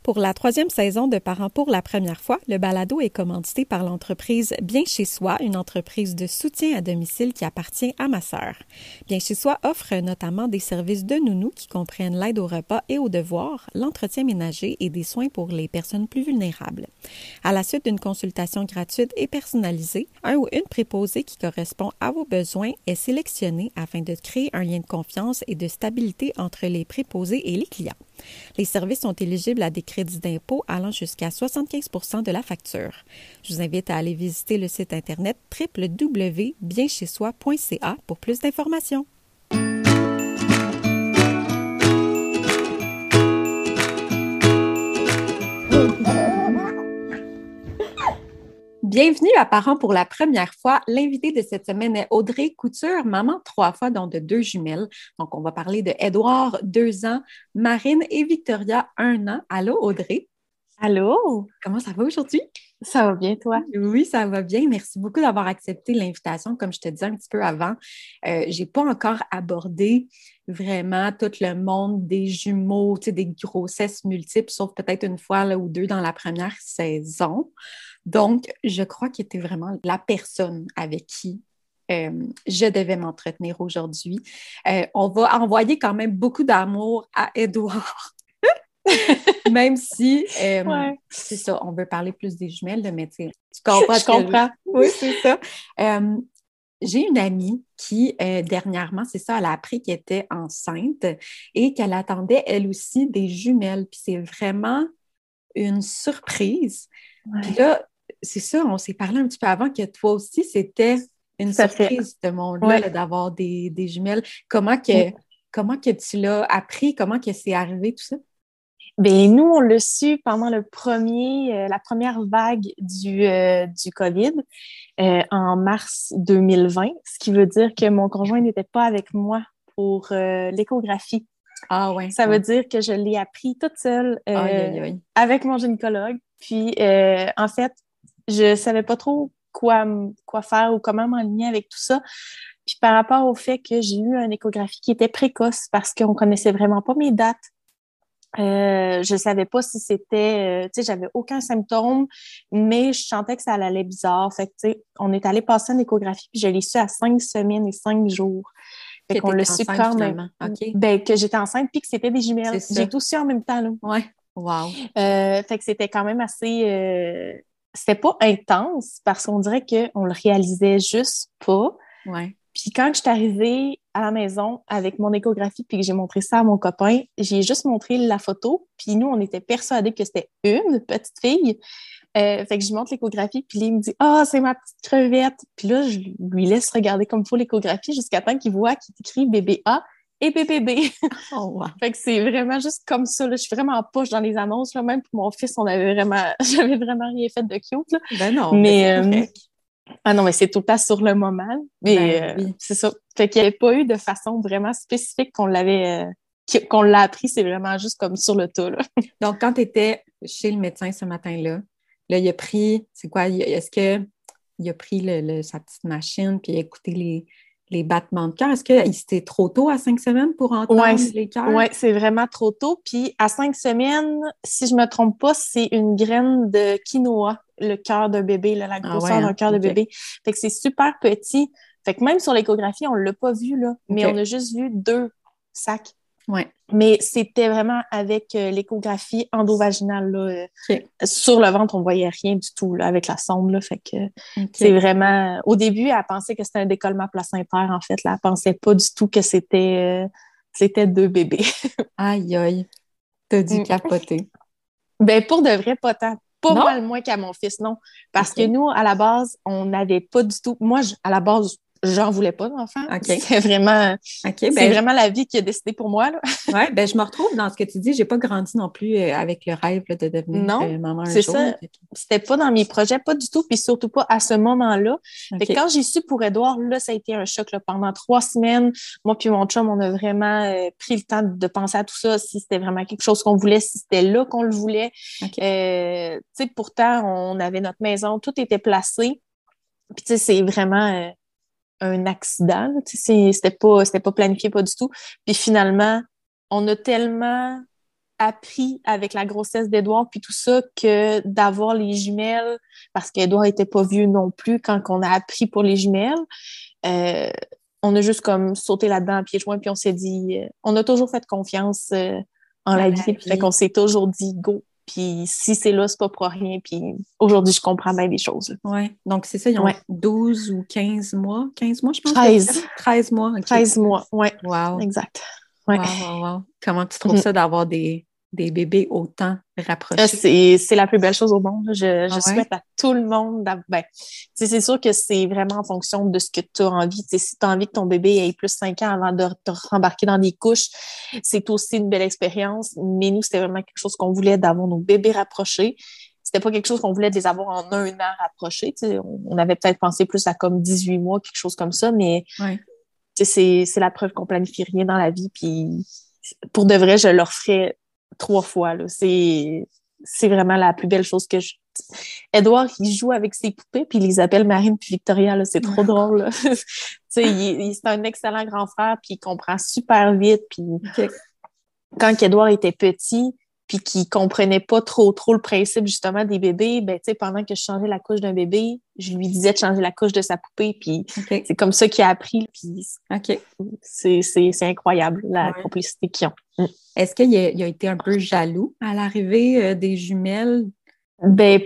Pour la troisième saison de Parents pour la première fois, le balado est commandité par l'entreprise Bien chez soi, une entreprise de soutien à domicile qui appartient à ma sœur. Bien chez soi offre notamment des services de nounou qui comprennent l'aide au repas et aux devoirs, l'entretien ménager et des soins pour les personnes plus vulnérables. À la suite d'une consultation gratuite et personnalisée, un ou une préposée qui correspond à vos besoins est sélectionné afin de créer un lien de confiance et de stabilité entre les préposés et les clients. Les services sont éligibles à des crédits d'impôt allant jusqu'à 75 % de la facture. Je vous invite à aller visiter le site internet www.bienchezsoi.ca pour plus d'informations. Bienvenue à Parents pour la première fois. L'invitée de cette semaine est Audrey Couture, maman 3 fois, dont de 2 jumelles. Donc, on va parler de Édouard, 2 ans, Marine et Victoria, 1 an. Allô, Audrey? Allô? Comment ça va aujourd'hui? Ça va bien, toi? Oui, ça va bien. Merci beaucoup d'avoir accepté l'invitation. Comme je te disais un petit peu avant, je n'ai pas encore abordé vraiment tout le monde des jumeaux, tu sais, des grossesses multiples, sauf peut-être une fois là, ou deux dans la première saison. Donc, je crois que tu es vraiment la personne avec qui je devais m'entretenir aujourd'hui. On va envoyer quand même beaucoup d'amour à Édouard. Même si, Ouais. c'est ça, on veut parler plus des jumelles, là, mais tu comprends Je comprends. Oui, c'est ça. J'ai une amie qui, dernièrement, c'est ça, elle a appris qu'elle était enceinte et qu'elle attendait, elle aussi, des jumelles. Puis c'est vraiment une surprise. Ouais. Puis là, c'est ça, on s'est parlé un petit peu avant que toi aussi, c'était une Tout à fait. surprise, ce monde-là, Ouais. là, d'avoir des jumelles. Comment que tu l'as appris? Comment que c'est arrivé, tout ça? Ben nous, on l'a su pendant la première vague du COVID en mars 2020, ce qui veut dire que mon conjoint n'était pas avec moi pour l'échographie. Ah ouais. Ça veut dire que je l'ai appris toute seule Aïe, aïe, aïe. avec mon gynécologue. Puis, en fait, je savais pas trop quoi faire ou comment m'aligner avec tout ça. Puis, par rapport au fait que j'ai eu une échographie qui était précoce parce qu'on connaissait vraiment pas mes dates. Je savais pas si c'était, tu sais, j'avais aucun symptôme, mais je sentais que ça allait bizarre. Fait que, tu sais, on est allé passer une échographie, puis je l'ai su à 5 semaines et 5 jours. Fait qu'on l'a su quand même. Okay. Ben, que j'étais enceinte puis que c'était des jumelles. C'est ça. J'ai tout su en même temps, là. Ouais. Wow. Fait que c'était quand même assez... C'était pas intense parce qu'on dirait qu'on le réalisait juste pas. Ouais. Puis quand je suis arrivée à la maison avec mon échographie puis que j'ai montré ça à mon copain, j'ai juste montré la photo. Puis nous, on était persuadés que c'était une petite fille. Fait que je montre l'échographie, puis il me dit « Ah, c'est ma petite crevette! » Puis là, je lui laisse regarder comme il faut l'échographie jusqu'à temps qu'il voit qu'il écrit bébé A et bébé B. Oh, wow. Fait que c'est vraiment juste comme ça. Là. Je suis vraiment poche dans les annonces. Là. Même pour mon fils, j'avais vraiment rien fait de cute. Là. Ben non, mais ah non, mais c'est tout le temps sur le moment. Mais oui. c'est ça. Fait qu'il n'y avait pas eu de façon vraiment spécifique qu'on l'a appris. C'est vraiment juste comme sur le tas. Là. Donc, quand tu étais chez le médecin ce matin-là, là, il a pris, c'est quoi, est-ce qu'il a pris sa petite machine puis il a écouté les battements de cœur? Est-ce que c'était trop tôt à 5 semaines pour entendre les cœurs? Oui, c'est vraiment trop tôt. Puis à 5 semaines, si je me trompe pas, c'est une graine de quinoa, le cœur d'un bébé, là, la grosseur d'un cœur de bébé. Fait que c'est super petit. Fait que même sur l'échographie, on l'a pas vu, là, mais on a juste vu 2 sacs. Ouais. Mais c'était vraiment avec l'échographie endovaginale. Là, sur le ventre, on voyait rien du tout là, avec la sonde. Là, fait que c'est vraiment... Au début, elle pensait que c'était un décollement placentaire, en fait. Là, elle pensait pas du tout que c'était 2 bébés. Aïe, aïe. T'as dû capoter. Ben, pour de vrai, pas tant. Pas non? mal moins qu'à mon fils, non. Parce que nous, à la base, on n'avait pas du tout... Moi, à la base... J'en voulais pas d'enfant. C'est vraiment, vraiment la vie qui a décidé pour moi. Oui, ben je me retrouve dans ce que tu dis. J'ai pas grandi non plus avec le rêve là, de devenir maman un jour. C'est ça. C'était pas dans mes projets, pas du tout, puis surtout pas à ce moment-là. Fait que quand j'ai su pour Édouard, là, ça a été un choc. Là. Pendant 3 semaines, moi puis mon chum, on a vraiment pris le temps de penser à tout ça, si c'était vraiment quelque chose qu'on voulait, si c'était là qu'on le voulait. Tu sais, pourtant, on avait notre maison, tout était placé. Puis tu sais, c'est vraiment... un accident. C'était pas planifié, pas du tout. Puis finalement, on a tellement appris avec la grossesse d'Édouard puis tout ça que d'avoir les jumelles, parce qu'Édouard était pas vieux non plus quand on a appris pour les jumelles. Euh, on a juste comme sauté là-dedans à pieds joints puis on s'est dit, on a toujours fait confiance en la À vie, la puis fait qu'on vie. s'est toujours dit go. Puis si c'est là, c'est pas pour rien. Puis aujourd'hui, je comprends bien les choses. Là. Ouais. Donc, c'est ça, ils ont Ouais. 12 ou 15 mois. 15 mois, je pense que c'est 13. 13 mois, OK. 13 mois. Ouais. Wow. Exact. Ouais. Wow, wow, wow. Comment tu trouves Mhm. ça d'avoir des bébés autant rapprochés? C'est la plus belle chose au monde. Je Ah ouais? souhaite à tout le monde ben, c'est sûr que c'est vraiment en fonction de ce que tu as envie. Si tu as envie que ton bébé ait plus 5 ans avant de te rembarquer dans des couches, c'est aussi une belle expérience. Mais nous, c'était vraiment quelque chose qu'on voulait d'avoir nos bébés rapprochés. C'était pas quelque chose qu'on voulait de les avoir en 1 an rapprochés. On avait peut-être pensé plus à comme 18 mois, quelque chose comme ça, mais Ouais. c'est la preuve qu'on planifie rien dans la vie. Puis pour de vrai, je leur ferais 3 fois. Là. C'est vraiment la plus belle chose que je. Edouard, il joue avec ses poupées, puis il les appelle Marine puis Victoria. Là. C'est trop drôle. Là. C'est un excellent grand frère, puis il comprend super vite. Puis OK. quand Edouard était petit, puis qu'il comprenait pas trop le principe justement des bébés, ben tu sais, pendant que je changeais la couche d'un bébé, je lui disais de changer la couche de sa poupée, puis OK. c'est comme ça qu'il a appris, puis OK. c'est incroyable la Ouais. complicité qu'ils ont. Est-ce qu'il a été un peu jaloux à l'arrivée des jumelles? Ben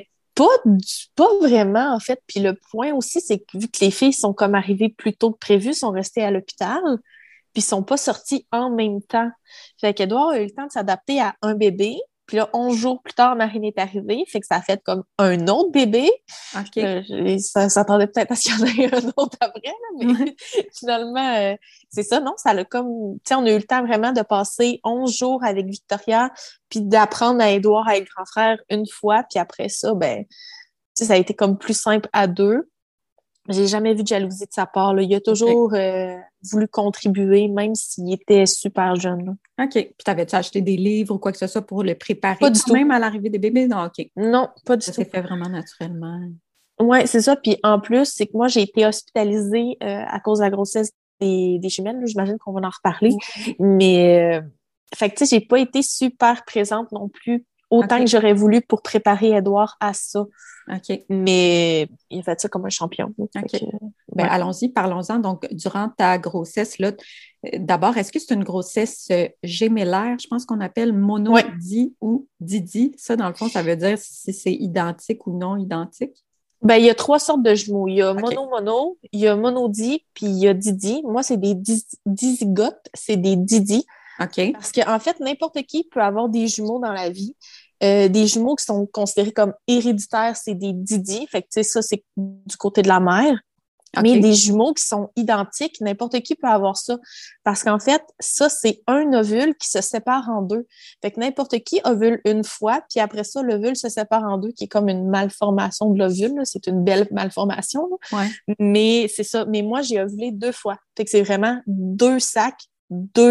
pas vraiment en fait. Puis le point aussi, c'est que vu que les filles sont comme arrivées plus tôt que prévu, sont restées à l'hôpital, puis sont pas sorties en même temps. Fait qu'Edouard a eu le temps de s'adapter à un bébé. Puis là, 11 jours plus tard, Marine est arrivée. Fait que ça a fait comme un autre bébé. OK. Ça s'attendait peut-être à ce qu'il y en ait un autre après, là, mais finalement, c'est ça, non? Ça l'a comme. Tu sais, on a eu le temps vraiment de passer 11 jours avec Victoria, puis d'apprendre à Édouard à être grand frère une fois, puis après ça, ben, tu sais, ça a été comme plus simple à deux. J'ai jamais vu de jalousie de sa part, là. Il a OK. toujours voulu contribuer, même s'il était super jeune. Là. OK. Puis t'avais-tu acheté des livres ou quoi que ce soit pour le Pas préparer du quand tout. même à l'arrivée des bébés? Non, OK. Non, pas du Ça tout. s'est fait vraiment naturellement. Ouais, c'est ça. Puis en plus, c'est que moi, j'ai été hospitalisée à cause de la grossesse des jumelles. Là. J'imagine qu'on va en reparler. Oui. Mais, fait que, tu sais, j'ai pas été super présente non plus, autant que OK. j'aurais voulu pour préparer Edouard à ça. OK. Mais il a fait ça comme un champion. Fait OK. que, Ben, ouais. allons-y, parlons-en. Donc, durant ta grossesse, là, d'abord, est-ce que c'est une grossesse gémellaire? Je pense qu'on appelle Ouais. monodi ou didi. Ça, dans le fond, ça veut dire si c'est identique ou non identique. Ben, il y a 3 sortes de jumeaux. Il y a OK. mono-mono, il y a monodi, puis il y a didi. Moi, c'est des dizygotes, c'est des didi. OK. Parce qu'en fait, n'importe qui peut avoir des jumeaux dans la vie. Des jumeaux qui sont considérés comme héréditaires, c'est des didi. Fait que, tu sais, ça, c'est du côté de la mère. Mais OK. des jumeaux qui sont identiques, n'importe qui peut avoir ça. Parce qu'en fait, ça, c'est un ovule qui se sépare en deux. Fait que n'importe qui ovule une fois, puis après ça, l'ovule se sépare en deux, qui est comme une malformation de l'ovule. Là. C'est une belle malformation. Là. Ouais. Mais c'est ça. Mais moi, j'ai ovulé 2 fois. Fait que c'est vraiment 2 sacs, 2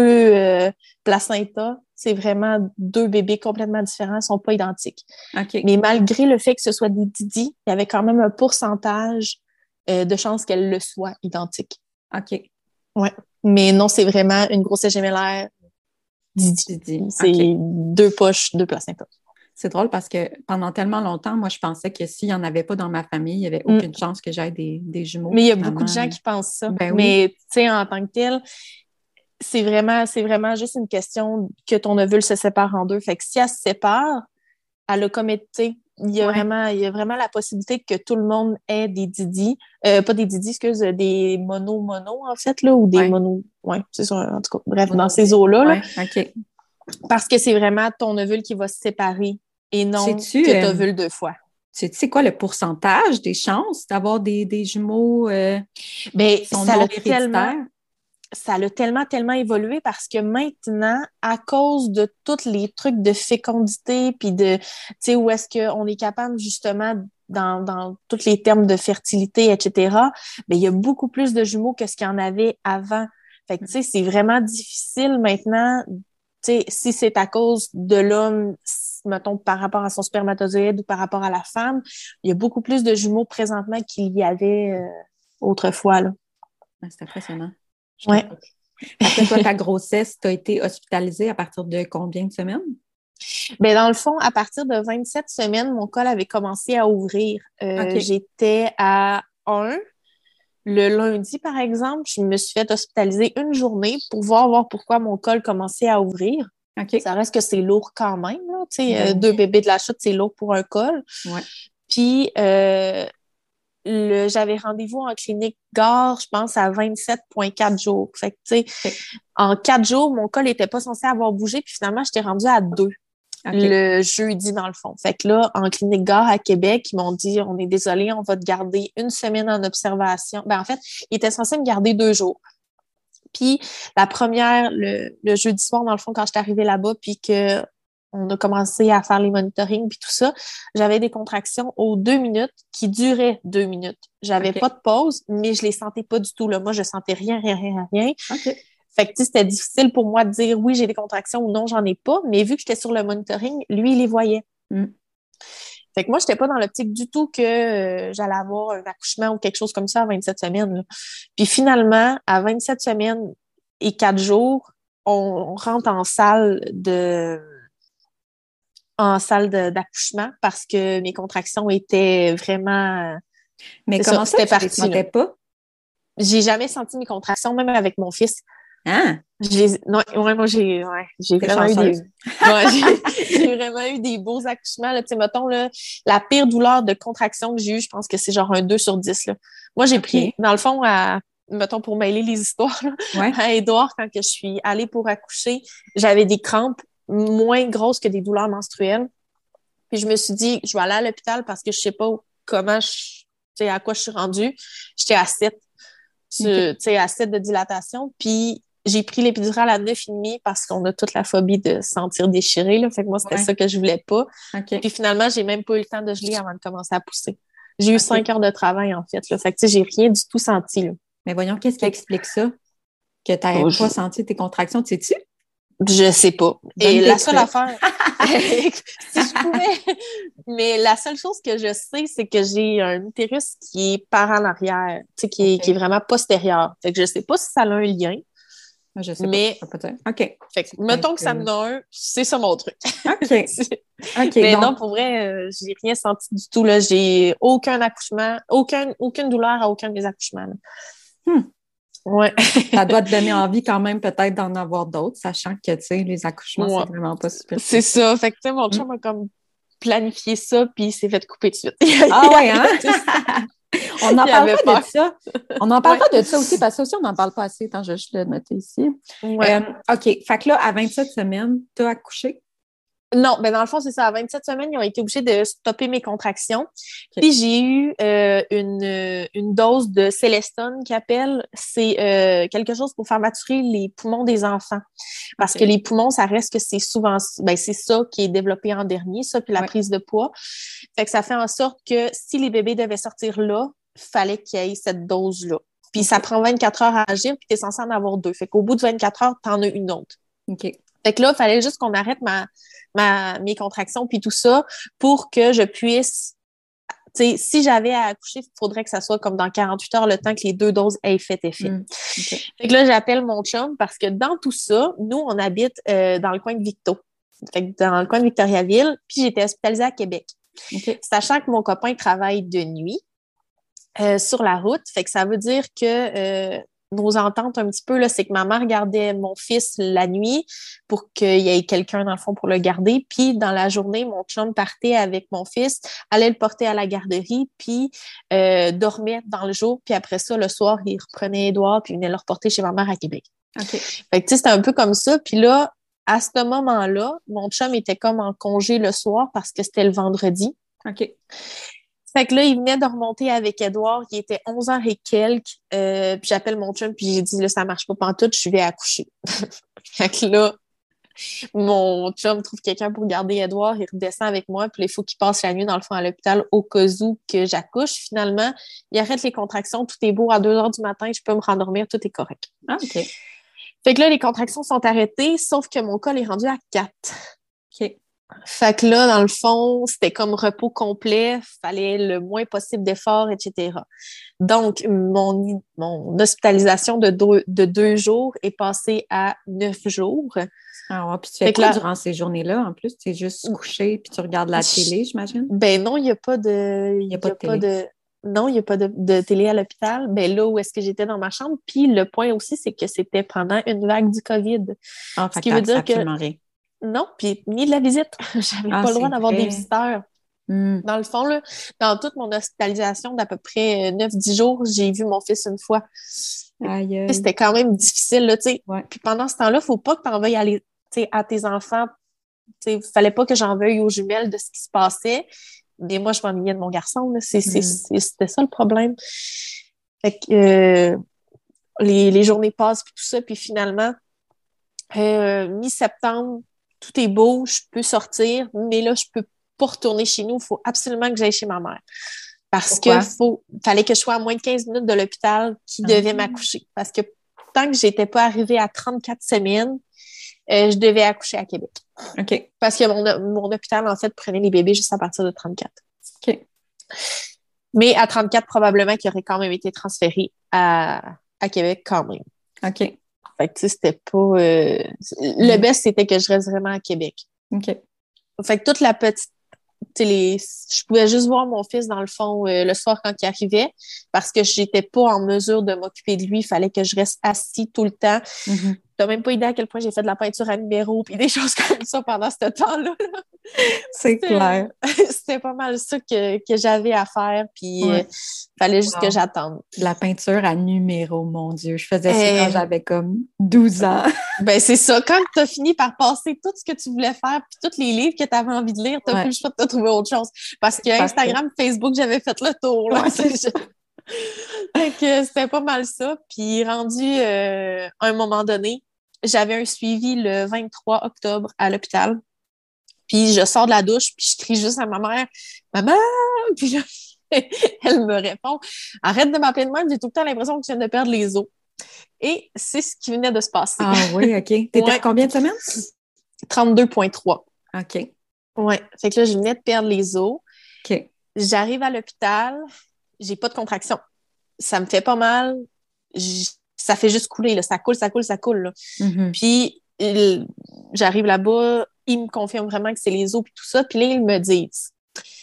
placentas. C'est vraiment 2 bébés complètement différents, ils sont pas identiques. OK. Mais malgré le fait que ce soit des didi, il y avait quand même un pourcentage de chances qu'elle le soit identique. OK. Ouais. Mais non, c'est vraiment une grossesse gémellaire didi. Didi. C'est OK. 2 poches, 2 placentas. C'est drôle parce que pendant tellement longtemps, moi, je pensais que s'il n'y en avait pas dans ma famille, il n'y avait Mm. aucune chance que j'aie des jumeaux. Mais il y a beaucoup de Finalement, gens qui pensent ça. ben oui. Mais tu sais, en tant que tel, c'est vraiment juste une question que ton ovule se sépare en deux. Fait que si elle se sépare, elle a comme été, Ouais. il y a vraiment la possibilité que tout le monde ait des didi, pas des didi, excuse, des mono-mono, en fait, là, ou des Ouais. mono, ouais, c'est ça, en tout cas, bref, dans ces Monodie. eaux-là, là, Ouais. OK. parce que c'est vraiment ton ovule qui va se séparer et non Sais-tu, que tu ovules 2 fois. sais-tu c'est quoi le pourcentage des chances d'avoir des jumeaux Mais qui sont non héréditaires? ça l'a tellement évolué parce que maintenant, à cause de tous les trucs de fécondité, puis de, tu sais, où est-ce qu'on est capable justement dans tous les termes de fertilité, etc., mais il y a beaucoup plus de jumeaux que ce qu'il y en avait avant. Fait que, tu sais, c'est vraiment difficile maintenant, tu sais, si c'est à cause de l'homme, mettons, par rapport à son spermatozoïde ou par rapport à la femme, il y a beaucoup plus de jumeaux présentement qu'il y avait autrefois, là. Ouais, c'est impressionnant. Je Ouais. capote. Après, toi, ta grossesse, tu as été hospitalisée à partir de combien de semaines? Ben, dans le fond, à partir de 27 semaines, mon col avait commencé à ouvrir. OK. J'étais à 1. Le lundi, par exemple, je me suis fait hospitaliser une journée pour voir pourquoi mon col commençait à ouvrir. OK. Ça reste que c'est lourd quand même, là. Tu sais, Ben deux oui. bébés de la chute, c'est lourd pour un col. Ouais. Puis, j'avais rendez-vous en clinique Gare, je pense, à 27,4 jours. Fait que, tu sais, OK. en 4 jours, mon col n'était pas censé avoir bougé. Puis finalement, j'étais rendue à 2 OK. le jeudi, dans le fond. Fait que là, en clinique Gare à Québec, ils m'ont dit, on est désolé, on va te garder une semaine en observation. Ben, en fait, ils étaient censés me garder 2 jours. Puis la première, le jeudi soir, dans le fond, quand j'étais arrivée là-bas, puis que on a commencé à faire les monitorings puis tout ça, j'avais des contractions aux 2 minutes qui duraient 2 minutes. J'avais OK. pas de pause, mais je les sentais pas du tout. Là. Moi, je sentais rien, rien, rien, rien. OK. Fait que, tu sais, c'était difficile pour moi de dire oui, j'ai des contractions ou non, j'en ai pas. Mais vu que j'étais sur le monitoring, lui, il les voyait. Mm. Fait que moi, j'étais pas dans l'optique du tout que j'allais avoir un accouchement ou quelque chose comme ça à 27 semaines. Là. Puis finalement, à 27 semaines et 4 jours, on rentre d'accouchement parce que mes contractions étaient vraiment, Mais c'est ça, comment ça, c'était tu les parti, là. sentais pas? J'ai jamais senti mes contractions, même avec mon fils. Hein? Non, ouais, moi, j'ai T'es vraiment eu des, chanceuse. ouais, j'ai vraiment eu des beaux accouchements, là. Tu sais, mettons, là, la pire douleur de contraction que j'ai eue, je pense que c'est genre un 2/10, là. Moi, j'ai pris, OK. dans le fond, mettons, pour mêler les histoires, là, Ouais. à Édouard, quand que je suis allée pour accoucher, j'avais des crampes moins grosses que des douleurs menstruelles. Puis je me suis dit, je vais aller à l'hôpital parce que je sais pas tu sais, à quoi je suis rendue. J'étais à 7, OK. tu sais, à 7 de dilatation. Puis j'ai pris l'épidurale à 9,5 parce qu'on a toute la phobie de se sentir déchiré, là. Fait que moi, c'était Ouais. ça que je voulais pas. OK. Puis finalement, j'ai même pas eu le temps de geler avant de commencer à pousser. J'ai eu OK. 5 heures de travail, en fait, là. Fait que, tu sais, j'ai rien du tout senti, là. Mais voyons, qu'est-ce qui Fait que, explique ça? Que tu n'avais oh, pas senti tes contractions, tu sais-tu? je sais pas. Donne Et tes la seule trucs. affaire, si je pouvais, mais la seule chose que je sais, c'est que j'ai un utérus qui est par en arrière, tu sais, qui est OK. vraiment postérieur. Fait que je sais pas si ça a un lien, Je sais pas. mais Je peux pas dire. OK. fait que, Peut-être mettons que ça que... me donne un, c'est ça mon truc. OK. OK. Mais non, Donc, pour vrai, j'ai rien senti du tout, là. J'ai aucun accouchement, aucune douleur à aucun de mes accouchements, là. hmm, Ouais. ça doit te donner envie quand même peut-être d'en avoir d'autres, sachant que, tu sais, les accouchements, c'est Ouais. vraiment pas super C'est plaisant. ça. Fait que, tu sais, mon Hmm. chum a comme planifié ça, puis il s'est fait couper de suite. Ah Il ouais, hein? avait juste, On en il avait parlera de peur. ça. On en Ouais. parlera de ça aussi, parce que ça aussi, on n'en parle pas assez. Attends, je vais juste le noter ici. Ouais. OK. Fait que là, à 27 semaines, tu as accouché. Non, ben dans le fond, c'est ça. À 27 semaines, ils ont été obligés de stopper mes contractions. OK. Puis j'ai eu une dose de Célestone qui appelle. C'est quelque chose pour faire maturer les poumons des enfants. Parce que OK. les poumons, ça reste que c'est souvent, ben c'est ça qui est développé en dernier, ça, puis la Ouais. prise de poids. Fait que ça fait en sorte que si les bébés devaient sortir là, fallait qu'il y ait cette dose-là. Puis ça OK. prend 24 heures à agir, puis tu es censé en avoir 2. Fait qu'au bout de 24 heures, tu en as une autre. OK. Fait que là, il fallait juste qu'on arrête mes contractions puis tout ça pour que je puisse, tu sais, si j'avais à accoucher, il faudrait que ça soit comme dans 48 heures, le temps que les 2 doses aient fait effet. OK. Fait que là, j'appelle mon chum parce que dans tout ça, nous, on habite dans le coin de Victo. Fait que dans le coin de Victoriaville, puis j'étais hospitalisée à Québec. OK. Sachant que mon copain travaille de nuit sur la route, fait que ça veut dire que nos ententes un petit peu, là, c'est que ma mère gardait mon fils la nuit pour qu'il y ait quelqu'un, dans le fond, pour le garder. Puis, dans la journée, mon chum partait avec mon fils, allait le porter à la garderie, puis dormait dans le jour. Puis après ça, le soir, il reprenait Édouard, puis il venait le reporter chez ma mère à Québec. OK. Fait que, tu sais, c'était un peu comme ça. Puis là, à ce moment-là, mon chum était comme en congé le soir parce que c'était le vendredi. OK. Fait que là, il venait de remonter avec Édouard, il était 11 heures et quelques, puis j'appelle mon chum, puis j'ai dit, là, ça marche pas pantoute, je vais accoucher. Fait que là, mon chum trouve quelqu'un pour garder Édouard, il redescend avec moi, puis là, il faut qu'il passe la nuit, dans le fond, à l'hôpital, au cas où que j'accouche. Finalement, il arrête les contractions, tout est beau, à 2 heures du matin, je peux me rendormir, tout est correct. Ah, OK. Fait que là, les contractions sont arrêtées, sauf que mon col est rendu à 4. OK. Fait que là, dans le fond, c'était comme repos complet, fallait le moins possible d'efforts, etc. Donc, mon hospitalisation de 2 jours est passée à 9 jours. Ah ouais, puis tu fais Fait que quoi là, durant ces journées-là? En plus, tu es juste couché puis tu regardes la télé, j'imagine? ben non, il n'y a pas de. Il n'y a Il pas y de a pas télé. de. Non, il n'y a pas de télé à l'hôpital. Ben là où est-ce que j'étais dans ma chambre. Puis le point aussi, c'est que c'était pendant une vague du COVID. Ah, Ce fait que qui t'as veut accès à dire que absolument rien. non, puis ni de la visite. J'avais Ah, pas le droit c'est d'avoir des vrai. visiteurs. Hmm. Dans le fond, là, dans toute mon hospitalisation d'à peu près 9-10 jours, j'ai vu mon fils une fois. Aïe, aïe. C'était quand même difficile, là, tu sais. Ouais. Puis pendant ce temps-là, faut pas que tu en veuilles aller, tu sais, à tes enfants. Tu sais, fallait pas que j'en veuille aux jumelles de ce qui se passait. Mais moi, je m'ennuyais de mon garçon, là. Hmm. C'était ça le problème. Fait que, les journées passent, puis tout ça, puis finalement, mi-septembre, tout est beau, je peux sortir, mais là, je peux pas retourner chez nous. Il faut absolument que j'aille chez ma mère. Parce que Pourquoi? fallait que je sois à moins de 15 minutes de l'hôpital qui Ah. devait m'accoucher. Parce que tant que j'étais pas arrivée à 34 semaines, je devais accoucher à Québec. OK. Parce que mon hôpital, en fait, prenait les bébés juste à partir de 34. OK. Mais à 34, probablement qu'il aurait quand même été transféré à Québec quand même. OK. Fait que, tu sais, c'était pas... le best, c'était que je reste vraiment à Québec. OK. Fait que toute la petite... tu sais, je pouvais juste voir mon fils, dans le fond, le soir quand il arrivait, parce que j'étais pas en mesure de m'occuper de lui. Il fallait que je reste assis tout le temps. Mhm. T'as même pas idée à quel point j'ai fait de la peinture à numéro puis des choses comme ça pendant ce temps-là. C'est clair. C'était pas mal ça que j'avais à faire, puis Ouais. fallait juste que Wow. j'attende. De la peinture à numéro, mon Dieu. Je faisais ça quand Euh, j'avais comme 12 ans. ben c'est ça, quand tu as fini par passer tout ce que tu voulais faire, puis tous les livres que tu avais envie de lire, tu n'as Ouais. plus le choix de te trouver autre chose. Parce que Parfait. Instagram, Facebook, j'avais fait le tour. Là. Ouais, c'est ça. Fait que c'était pas mal ça. Puis rendu à un moment donné, j'avais un suivi le 23 octobre à l'hôpital. Puis je sors de la douche, puis je crie juste à ma mère, «Maman! » Puis là, elle me répond, «Arrête de m'appeler de même, j'ai tout le temps l'impression que tu viens de perdre les os. » Et c'est ce qui venait de se passer. Ah oui, OK. T'étais à Ouais, combien de semaines? 32,3. OK. Ouais. Fait que là, je venais de perdre les os. OK. J'arrive à l'hôpital, j'ai pas de contraction. Ça me fait pas mal. Ça fait juste couler, là. Ça coule, ça coule, ça coule, là. Mhm. Puis, j'arrive là-bas, ils me confirment vraiment que c'est les os puis tout ça. Puis là, ils me disent,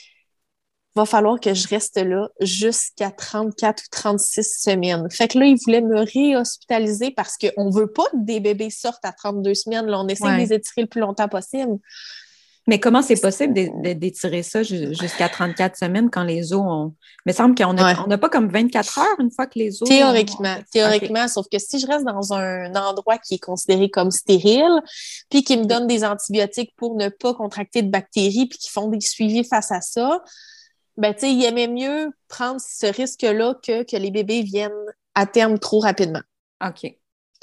va falloir que je reste là jusqu'à 34 ou 36 semaines. Fait que là, ils voulaient me réhospitaliser parce qu'on veut pas que des bébés sortent à 32 semaines. Là, on essaie de les Ouais. étirer le plus longtemps possible. Mais comment c'est possible d'étirer ça jusqu'à 34 semaines quand les os ont... Il me semble qu'on Ouais. n'a pas comme 24 heures une fois que les os Théoriquement, ont... théoriquement, OK. sauf que si je reste dans un endroit qui est considéré comme stérile, puis qui me donne des antibiotiques pour ne pas contracter de bactéries, puis qui font des suivis face à ça, ben tu sais, il aimait mieux prendre ce risque-là que les bébés viennent à terme trop rapidement. OK.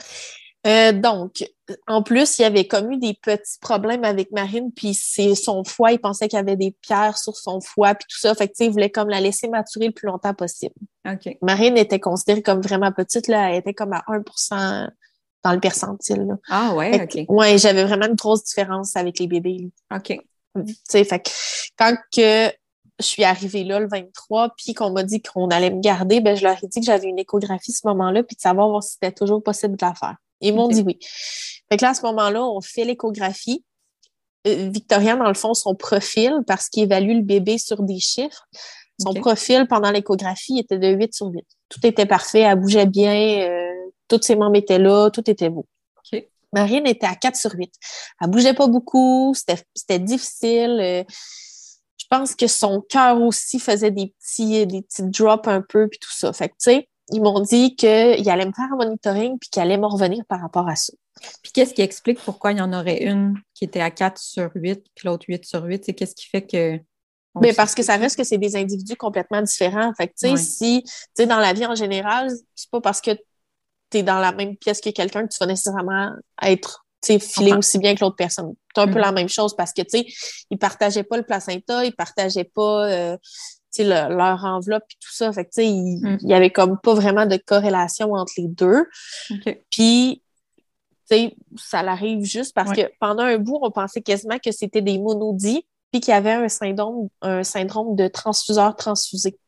Donc, en plus, il y avait comme eu des petits problèmes avec Marine, puis son foie, il pensait qu'il y avait des pierres sur son foie, puis tout ça. Fait que, tu sais, il voulait comme la laisser maturer le plus longtemps possible. OK. Marine était considérée comme vraiment petite, là. Elle était comme à 1% dans le percentile, là. Ah ouais, Fait que, OK. ouais, j'avais vraiment une grosse différence avec les bébés, là. OK. Tu sais, fait que quand que je suis arrivée là le 23, puis qu'on m'a dit qu'on allait me garder, ben je leur ai dit que j'avais une échographie ce moment-là, puis de savoir voir si c'était toujours possible de la faire. Ils m'ont OK. dit oui. Fait que là, à ce moment-là, on fait l'échographie. Victoria, dans le fond, son profil, parce qu'il évalue le bébé sur des chiffres, son OK. profil pendant l'échographie était de 8/8. Tout était parfait, elle bougeait bien, tous ses membres étaient là, tout était beau. OK. Marine était à 4/8. Elle bougeait pas beaucoup, c'était difficile. Je pense que son cœur aussi faisait des petits drops un peu, puis tout ça. Fait que, tu sais, ils m'ont dit qu'ils allaient me faire un monitoring, puis qu'ils allaient me revenir par rapport à ça. Puis qu'est-ce qui explique pourquoi il y en aurait une qui était à 4/8 puis l'autre 8/8? C'est qu'est-ce qui fait que... Mais parce que ça reste que c'est des individus complètement différents. Fait que, tu sais, Ouais. si, tu sais, dans la vie en général, c'est pas parce que tu es dans la même pièce que quelqu'un que tu vas nécessairement être, tu sais, filé aussi bien que l'autre personne. C'est un peu la même chose parce que, tu sais, ils partageaient pas le placenta, ils partageaient pas, tu sais, leur enveloppe et tout ça. Fait que, tu sais, il y avait comme pas vraiment de corrélation entre les deux. OK. Puis, tu sais, ça l'arrive juste parce Ouais. que pendant un bout, on pensait quasiment que c'était des monodies puis qu'il y avait un syndrome de transfuseur transfusé.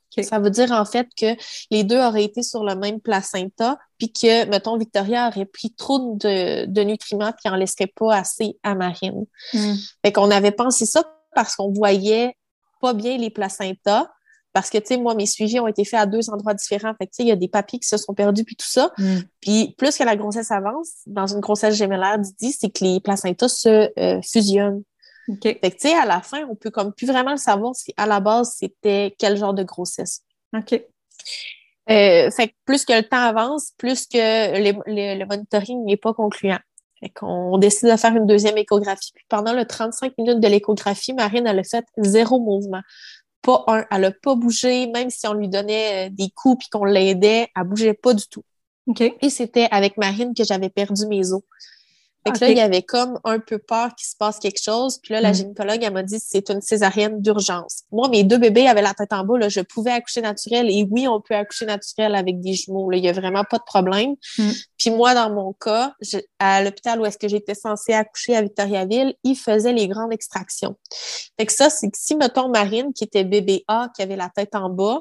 Okay. Ça veut dire, en fait, que les deux auraient été sur le même placenta, puis que, mettons, Victoria aurait pris trop de nutriments, puis en laisserait pas assez à Marine. Fait qu'on avait pensé ça parce qu'on voyait pas bien les placentas, parce que, tu sais, moi, mes suivis ont été faits à 2 endroits différents. Fait que, tu sais, il y a des papiers qui se sont perdus, puis tout ça. Puis, plus que la grossesse avance, dans une grossesse gémellaire, Didi, c'est que les placentas se fusionnent. Okay. Fait que, tu sais, à la fin, on peut comme plus vraiment le savoir si, à la base, c'était quel genre de grossesse. OK. Fait que plus que le temps avance, plus que le monitoring n'est pas concluant. Fait qu'on décide de faire une deuxième échographie. Puis pendant le 35 minutes de l'échographie, Marine, elle a fait 0 mouvement. Pas un. Elle a pas bougé, même si on lui donnait des coups puis qu'on l'aidait, elle bougeait pas du tout. OK. Et c'était avec Marine que j'avais perdu mes os. Fait que là, il y avait comme un peu peur qu'il se passe quelque chose. Puis là, la gynécologue, elle m'a dit c'est une césarienne d'urgence. Moi, mes 2 bébés avaient la tête en bas. Là, je pouvais accoucher naturel. Et oui, on peut accoucher naturel avec des jumeaux. Là, il y a vraiment pas de problème. Puis moi, dans mon cas, à l'hôpital où est-ce que j'étais censée accoucher à Victoriaville, ils faisaient les grandes extractions. Fait que ça, c'est que si, mettons, Marine, qui était bébé A, qui avait la tête en bas,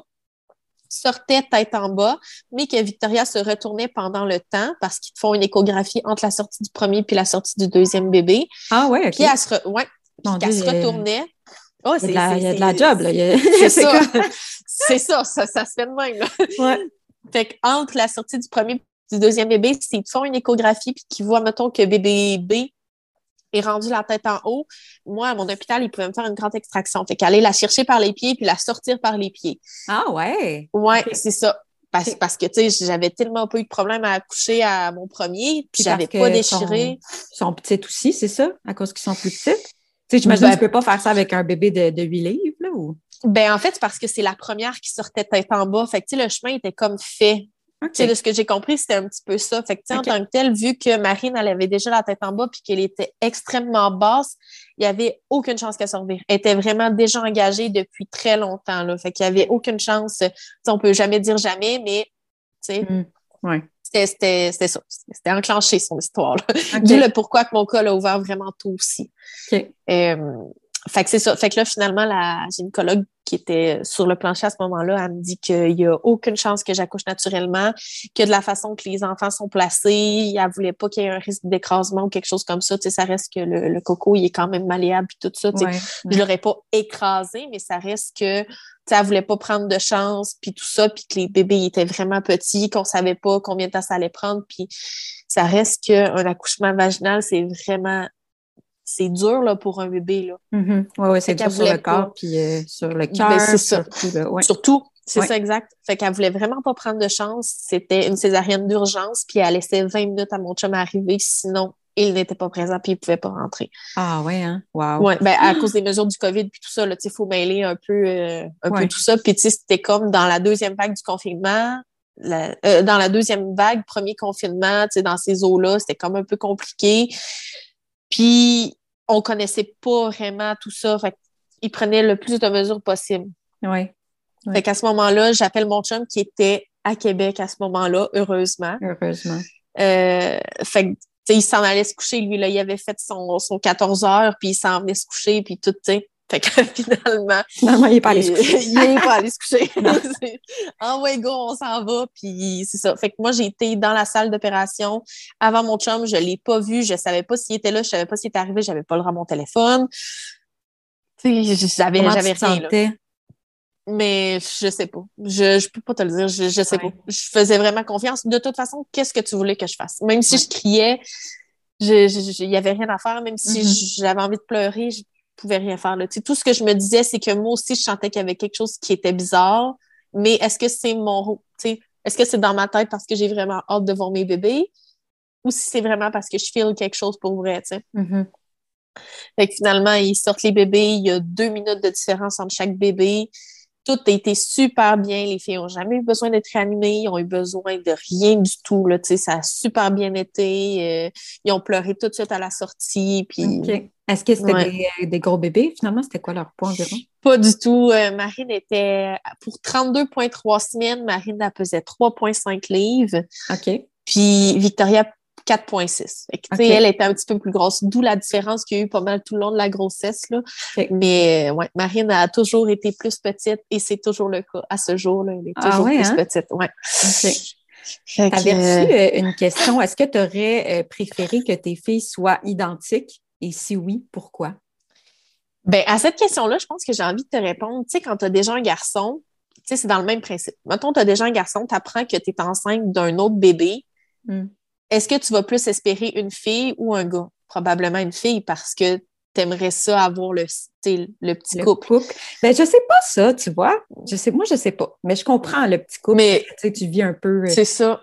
sortait tête en bas, mais que Victoria se retournait pendant le temps parce qu'ils font une échographie entre la sortie du premier puis la sortie du deuxième bébé. Ah ouais, OK. Puis elle se, se retournait. Oh, il y a de la job, là. C'est ça. C'est ça se fait de même, là. Ouais. Fait qu'entre la sortie du premier et du deuxième bébé, s'ils font une échographie puis qu'ils voient, mettons, que bébé B est rendu la tête en haut, moi, à mon hôpital, ils pouvaient me faire une grande extraction. Fait qu'aller la chercher par les pieds puis la sortir par les pieds. Ah ouais? Ouais, okay. C'est ça. Parce que, tu sais, j'avais tellement pas eu de problème à accoucher à mon premier, puis j'avais pas déchiré. Ils sont petites aussi, c'est ça? À cause qu'ils sont plus petites? Tu sais, j'imagine que tu peux pas faire ça avec un bébé de 8 livres, là, ou? Ben, en fait, c'est parce que c'est la première qui sortait tête en bas. Fait que, tu sais, le chemin était comme fait. Okay. Tu sais, de ce que j'ai compris, c'était un petit peu ça. Fait que, tu sais, en tant que tel, vu que Marine, elle avait déjà la tête en bas puis qu'elle était extrêmement basse, il y avait aucune chance qu'elle sorte. Elle était vraiment déjà engagée depuis très longtemps, là. Fait qu'il y avait aucune chance. Tu sais, on peut jamais dire jamais, mais, tu sais. Ouais. C'était ça. C'était enclenché, son histoire, là. Okay. D'où le pourquoi que mon cas l'a ouvert vraiment tôt aussi. OK. Fait que c'est ça. Fait que là, finalement, la gynécologue qui était sur le plancher à ce moment-là, elle me dit qu'il n'y a aucune chance que j'accouche naturellement, que de la façon que les enfants sont placés, elle voulait pas qu'il y ait un risque d'écrasement ou quelque chose comme ça. Tu sais, ça reste que le coco, il est quand même malléable et tout ça. Tu sais, je l'aurais pas écrasé, mais ça reste que, tu sais, elle voulait pas prendre de chance puis tout ça, puis que les bébés étaient vraiment petits, qu'on savait pas combien de temps ça allait prendre, puis ça reste qu'un accouchement vaginal, c'est dur là, pour un bébé. Là. Oui, c'est dur sur le corps, puis sur le cœur. Ben, c'est ça. Surtout, c'est ouais. ça, exact. Fait qu'elle voulait vraiment pas prendre de chance. C'était une césarienne d'urgence, puis elle laissait 20 minutes à mon chum arriver, sinon, il n'était pas présent, puis il pouvait pas rentrer. Ah ouais, hein? Wow. Ouais, ben, à cause des mesures du COVID, puis tout ça, là, tu sais, il faut mêler un peu tout ça. Puis, tu sais, c'était comme dans la deuxième vague du confinement, dans la deuxième vague, premier confinement, tu sais, dans ces eaux-là, c'était comme un peu compliqué. Puis, on connaissait pas vraiment tout ça. Fait qu'il prenait le plus de mesures possible. Oui. Fait qu'à ce moment-là, j'appelle mon chum qui était à Québec à ce moment-là, heureusement. Heureusement. Fait que, tu sais, il s'en allait se coucher, lui, là. Il avait fait son 14 heures, puis il s'en venait se coucher, puis tout, tu sais. Fait que finalement... Non, il n'est pas allé se coucher. Il n'est pas allé se coucher. Ah ouais, go, on s'en va. Puis c'est ça. Fait que moi, j'ai été dans la salle d'opération avant mon chum. Je l'ai pas vu. Je savais pas s'il était là. Je savais pas s'il était arrivé. J'avais pas le droit à mon téléphone. Tu sais, j'avais rien, là. Mais je sais pas. Je peux pas te le dire. Je sais pas. Je faisais vraiment confiance. De toute façon, qu'est-ce que tu voulais que je fasse? Même si je criais, il y avait rien à faire. Même si j'avais envie de pleurer, je pouvais rien faire, là. Tu sais, tout ce que je me disais, c'est que moi aussi, je sentais qu'il y avait quelque chose qui était bizarre, mais est-ce que c'est est-ce que c'est dans ma tête parce que j'ai vraiment hâte de voir mes bébés ou si c'est vraiment parce que je feel quelque chose pour vrai, tu sais. Fait que finalement, ils sortent les bébés, il y a 2 minutes de différence entre chaque bébé. Tout a été super bien. Les filles n'ont jamais eu besoin d'être réanimées. Ils ont eu besoin de rien du tout, là. Tu sais, ça a super bien été. Ils ont pleuré tout de suite à la sortie. Puis... Okay. Est-ce que c'était des gros bébés? Finalement, c'était quoi leur poids environ? Pas du tout. Marine était... Pour 32,3 semaines, Marine, elle pesait 3,5 livres. OK. Puis Victoria, 4,6. Fait que, OK. elle était un petit peu plus grosse, d'où la différence qu'il y a eu pas mal tout le long de la grossesse, là. OK. Mais ouais, Marine a toujours été plus petite et c'est toujours le cas. À ce jour, là, elle est Ah toujours ouais, plus hein? petite. Ouais. OK. Fait T'avais reçu que, une question. Est-ce que tu aurais préféré que tes filles soient identiques? Et si oui, pourquoi? ben, à cette question-là, je pense que j'ai envie de te répondre. Tu sais, quand tu as déjà un garçon, tu sais, c'est dans le même principe. Mettons, tu as déjà un garçon, tu apprends que tu es enceinte d'un autre bébé. Hmm. Est-ce que tu vas plus espérer une fille ou un gars? Probablement une fille parce que tu aimerais ça avoir tu sais, le petit Le couple. couple. Ben, je sais pas ça, tu vois. Moi, je sais pas. Mais je comprends le petit couple. Parce Mais que, tu sais, tu vis un peu c'est ça.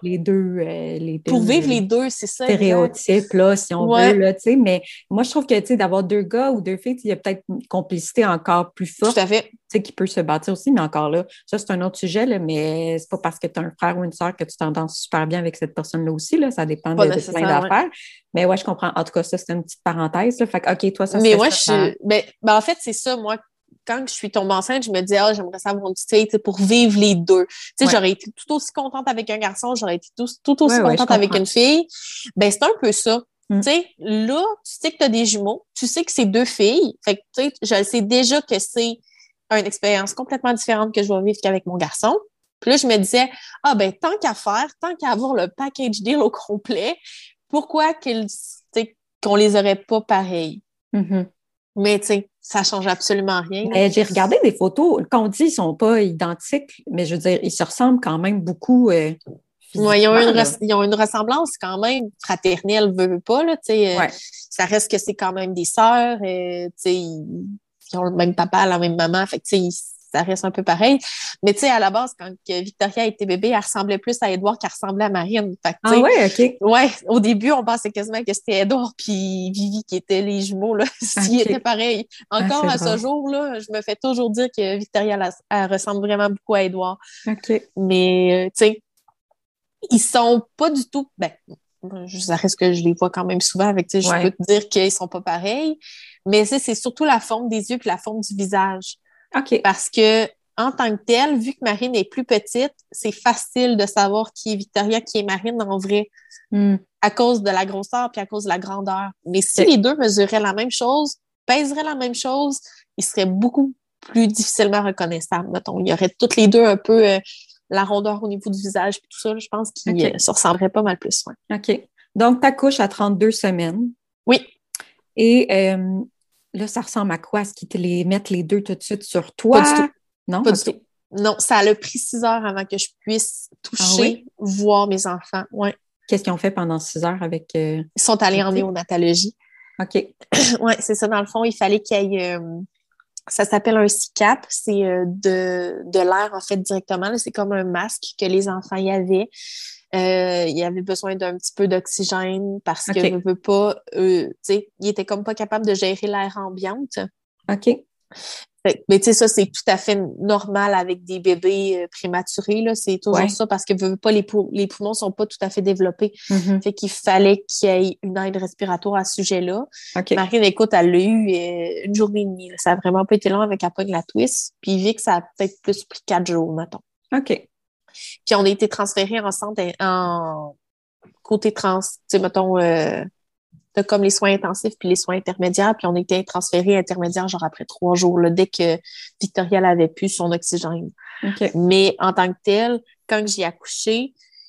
les Pour deux vivre les deux, c'est ça, exact. stéréotypes, là, si on veut, Ouais, là, tu sais. Mais moi, je trouve que, tu sais, d'avoir deux gars ou deux filles, il y a peut-être une complicité encore plus tout forte, à fait. tu sais, qui peut se bâtir aussi. Mais encore là, ça, c'est un autre sujet, là, mais c'est pas parce que tu as un frère ou une sœur que tu t'entends super bien avec cette personne-là aussi, là. Ça dépend Pas de plein nécessaire, ouais. d'affaires. Mais ouais, je comprends. En tout cas, ça, c'est une petite parenthèse, là. Fait que, OK, toi, ça Mais serait moi, ça, ça. en fait, c'est ça, moi, quand je suis tombée enceinte, je me disais, ah, j'aimerais ça avoir une petite fille, tu sais, pour vivre les deux. Tu sais, Ouais. j'aurais été tout aussi contente avec un garçon, j'aurais été tout aussi Ouais, ouais, je contente avec comprends. une fille. Ben, c'est un peu ça. Mm. Tu sais, là, tu sais que tu as des jumeaux, tu sais que c'est deux filles. Fait que, tu sais, je sais déjà que c'est une expérience complètement différente que je vais vivre qu'avec mon garçon. Puis là, je me disais, ah, ben, tant qu'à faire, tant qu'à avoir le package deal au complet, pourquoi tu sais, qu'on les aurait pas pareils? Mhm. Mais, tu sais, ça change absolument rien, là. Mais j'ai regardé des photos. Quand on dit qu'ils ne sont pas identiques, mais je veux dire, ils se ressemblent quand même beaucoup Ouais, physiquement, là. ils ont une ressemblance quand même fraternelle, veut pas, là, tu sais, Ouais. ça reste que c'est quand même des sœurs, tu sais, ils ont le même papa, la même maman, fait que, tu sais, ça reste un peu pareil. Mais, tu sais, à la base, quand que Victoria était bébé, elle ressemblait plus à Édouard qu'elle ressemblait à Marine. Fait que, Ah tu ouais, OK. sais, ouais, au début, on pensait quasiment que c'était Édouard puis Vivi qui étaient les jumeaux, là, s'ils étaient OK. pareils. Ah, Encore c'est à ce drôle. jour, là, je me fais toujours dire que Victoria, elle ressemble vraiment beaucoup à Édouard. OK. Mais, tu sais, ils sont pas du tout. Ben, ça reste que je les vois quand même souvent avec, tu sais, je peux Ouais. te dire qu'ils sont pas pareils, mais c'est surtout la forme des yeux puis la forme du visage. OK. Parce que, en tant que telle, vu que Marine est plus petite, c'est facile de savoir qui est Victoria, qui est Marine en vrai, Hmm. à cause de la grosseur puis à cause de la grandeur. Mais si OK. les deux mesuraient la même chose, pèseraient la même chose, ils seraient beaucoup plus difficilement reconnaissables, mettons. Il y aurait toutes les deux un peu la rondeur au niveau du visage et tout ça. Je pense qu'ils OK. se ressembleraient pas mal plus. Ouais. OK. Donc, tu accouches à 32 semaines. Oui, Et là, ça ressemble à quoi? Est-ce qu'ils te les mettent les deux tout de suite sur pas du tout. toi? Non? Pas du tout. OK. Non, ça a pris 6 heures avant que je puisse Ah oui? toucher, voir mes enfants. Ouais. Qu'est-ce qu'ils ont fait pendant 6 heures avec Ils sont allés en Lucie? néonatologie. OK. Ouais, c'est ça. Dans le fond, il fallait qu'il y ait ça s'appelle un CCAP, c'est de l'air en fait directement. Là. C'est comme un masque que les enfants y avaient. Il avait besoin d'un petit peu d'oxygène parce que OK. veut pas, tu sais, il était comme pas capable de gérer l'air ambiante. OK. Mais tu sais, ça, c'est tout à fait normal avec des bébés prématurés, là. C'est toujours Ouais. ça parce que veut pas, les poumons sont pas tout à fait développés. Mhm. Fait qu'il fallait qu'il y ait une aide respiratoire à ce sujet-là. OK. Marine, écoute, elle l'a eu une journée et demie. Là. Ça a vraiment pas été long avec la pogne la twist. Puis Vic, ça a peut-être plus pris 4 jours, mettons. OK. Puis on a été transférés en centre, en côté trans, tu sais, mettons, t'as comme les soins intensifs puis les soins intermédiaires, puis on était transférés intermédiaires genre après 3 jours, là, dès que Victoria l'avait pu son oxygène. OK. Mais en tant que tel, quand j'ai accouché,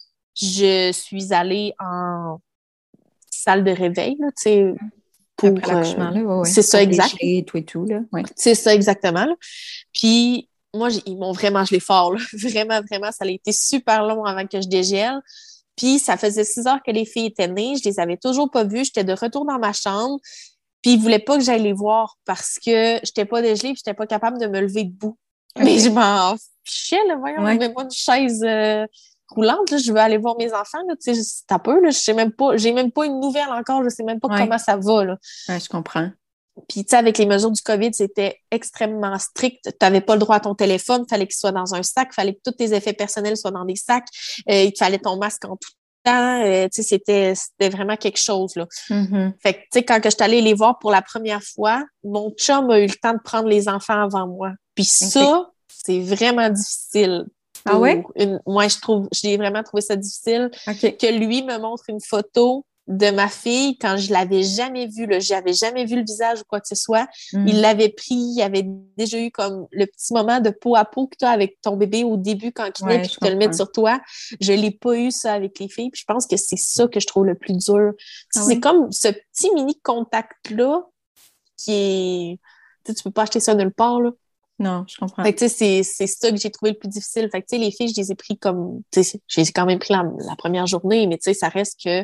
je suis allée en salle de réveil, là, tu sais, Après pour... l'accouchement, là, ouais, ouais. c'est ça, Pour exact. dégeler tout et tout, là. Ouais. C'est ça, exactement. Là. Puis, moi, ils m'ont vraiment gelé fort, là. Vraiment, vraiment, ça a été super long avant que je dégèle. Puis, ça faisait 6 heures que les filles étaient nées. Je les avais toujours pas vues. J'étais de retour dans ma chambre. Puis, ils voulaient pas que j'aille les voir parce que j'étais pas dégelée puis j'étais pas capable de me lever debout. Mais je OK. m'en fichais, là. Voyons, Ouais. mets-moi une chaise roulante, là. Je veux aller voir mes enfants, là. Tu sais, c'est un peu, là. Je sais même pas, j'ai même pas une nouvelle encore. Je sais même pas Ouais. comment ça va, là. Ouais, je comprends. Puis, tu sais, avec les mesures du COVID, c'était extrêmement strict. Tu n'avais pas le droit à ton téléphone, il fallait qu'il soit dans un sac, il fallait que tous tes effets personnels soient dans des sacs, il te fallait ton masque en tout temps. Tu sais, c'était vraiment quelque chose, là. Mhm. Fait que, tu sais, quand que je suis allée les voir pour la première fois, mon chum a eu le temps de prendre les enfants avant moi. Puis OK. ça, c'est vraiment difficile. Ah ouais? Moi, j'ai vraiment trouvé ça difficile OK. que lui me montre une photo de ma fille, quand je l'avais jamais vue, là, j'avais jamais vu le visage ou quoi que ce soit, il l'avait pris, il avait déjà eu comme le petit moment de peau à peau que tu as avec ton bébé au début quand il naît, puis tu te le mets sur toi. Je l'ai pas eu ça avec les filles, puis je pense que c'est ça que je trouve le plus dur. C'est comme ce petit mini contact-là qui est... Tu peux pas acheter ça nulle part, là. Non, je comprends. Fait que, tu sais, c'est ça que j'ai trouvé le plus difficile. Fait que, tu sais, les filles, je les ai pris comme, tu sais, je les ai quand même pris la première journée, mais tu sais, ça reste que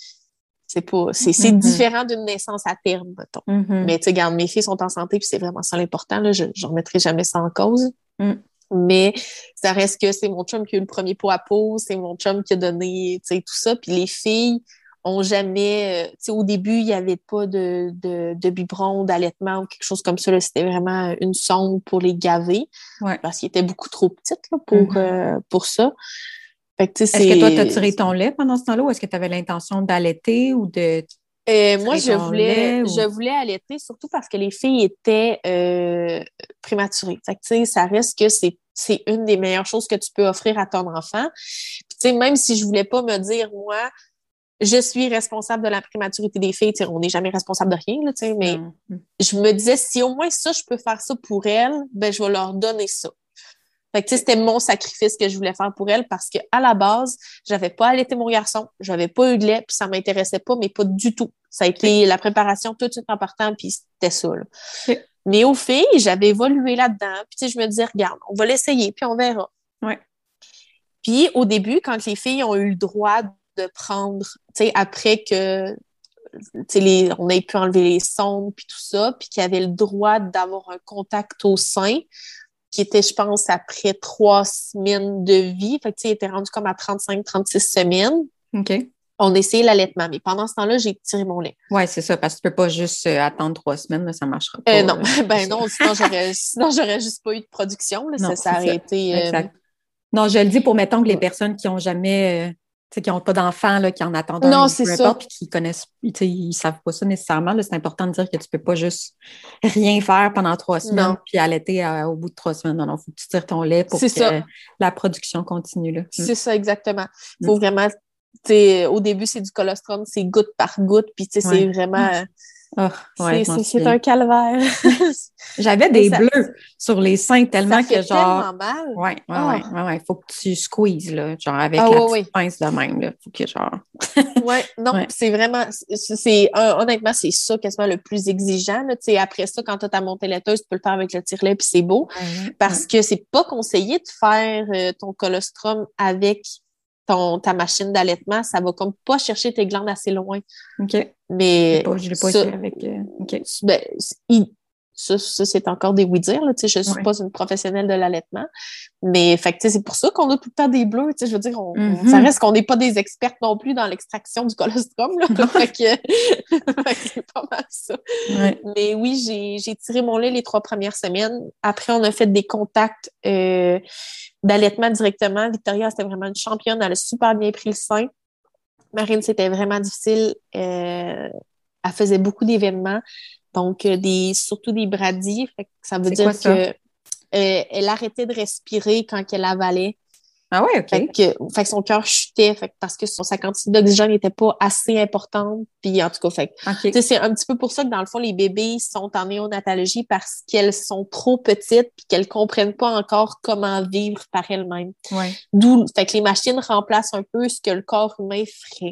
c'est différent d'une naissance à terme, mettons. Mais tu sais, regarde, mes filles sont en santé, puis c'est vraiment ça l'important, là. Je remettrai jamais ça en cause. Mais ça reste que c'est mon chum qui a eu le premier pot à peau, c'est mon chum qui a donné, tu sais, tout ça. Puis les filles ont jamais... tu sais, au début, il n'y avait pas de biberon, d'allaitement ou quelque chose comme ça, là. C'était vraiment une sonde pour les gaver. Parce qu'ils étaient beaucoup trop petites, là, pour ça. Fait que, est-ce que toi, tu as tiré ton lait pendant ce temps-là ou est-ce que tu avais l'intention d'allaiter ou de moi, je voulais allaiter, surtout parce que les filles étaient prématurées. Fait que, tu sais, ça reste que c'est une des meilleures choses que tu peux offrir à ton enfant. Puis, tu sais, même si je voulais pas me dire, moi, je suis responsable de la prématurité des filles, tu sais, on n'est jamais responsable de rien, là, tu sais, mais je me disais, si au moins ça, je peux faire ça pour elles, ben, je vais leur donner ça. Fait que, tu sais, c'était mon sacrifice que je voulais faire pour elle parce que à la base, j'avais pas allaité mon garçon, j'avais pas eu de lait, puis ça m'intéressait pas, mais pas du tout. Ça a été la préparation tout de suite en partant, puis c'était ça, là. Mais aux filles, j'avais évolué là-dedans, puis tu sais, je me disais, regarde, on va l'essayer, puis on verra. Puis au début, quand les filles ont eu le droit de prendre, tu sais, après que on ait pu enlever les sondes, puis tout ça, puis qu'ils avaient le droit d'avoir un contact au sein, qui était, je pense, après 3 semaines de vie. Fait que, tu sais, il était rendu comme à 35-36 semaines. On a essayé l'allaitement, mais pendant ce temps-là, j'ai tiré mon lait. Oui, c'est ça, parce que tu peux pas juste attendre 3 semaines, là, ça marchera pas. Non, non, sinon j'aurais juste pas eu de production. Là, non, ça aurait été... Exact. Non, je le dis pour, mettons, que les personnes qui ont jamais... qui n'ont pas d'enfants, là, qui en attendent non, un, c'est peu ça. importe, puis qui connaissent, ils savent pas ça nécessairement. Là, c'est important de dire que tu peux pas juste rien faire pendant 3 semaines, puis allaiter au bout de 3 semaines. Non, il faut que tu tires ton lait pour que la production continue. Là. C'est ça, exactement. Il faut vraiment... au début, c'est du colostrum, c'est goutte par goutte, puis c'est vraiment... c'est un calvaire. J'avais des bleus sur les seins tellement ça fait que genre... tellement mal. Ouais. Faut que tu squeezes, là, genre avec la petite pince de même, là. Faut que genre... c'est vraiment... honnêtement, c'est ça quasiment le plus exigeant, là. Après ça, quand tu as ta montée laiteuse, tu peux le faire avec le tire-lait, puis c'est beau. Parce que c'est pas conseillé de faire ton colostrum avec ta machine d'allaitement, ça va comme pas chercher tes glandes assez loin. OK. Mais je l'ai pas essayé avec... OK. Ben, ça, c'est encore des oui-dire, là, je suis pas une professionnelle de l'allaitement. Mais, fait que, c'est pour ça qu'on a tout le temps des bleus, je veux dire, ça reste qu'on n'est pas des expertes non plus dans l'extraction du colostrum, là. fait que c'est pas mal ça. Mais oui, j'ai tiré mon lait les 3 premières semaines. Après, on a fait des contacts, d'allaitement directement. Victoria, c'était vraiment une championne. Elle a super bien pris le sein. Marine, c'était vraiment difficile. Elle faisait beaucoup d'événements. Donc, surtout des bradis. Fait que ça veut dire que elle arrêtait de respirer quand elle avalait. Ah ouais, OK. Fait que son cœur chutait parce que sa quantité d'oxygène n'était pas assez importante. Puis en tout cas, c'est un petit peu pour ça que dans le fond, les bébés sont en néonatologie parce qu'elles sont trop petites puis qu'elles comprennent pas encore comment vivre par elles-mêmes. D'où, fait que les machines remplacent un peu ce que le corps humain ferait.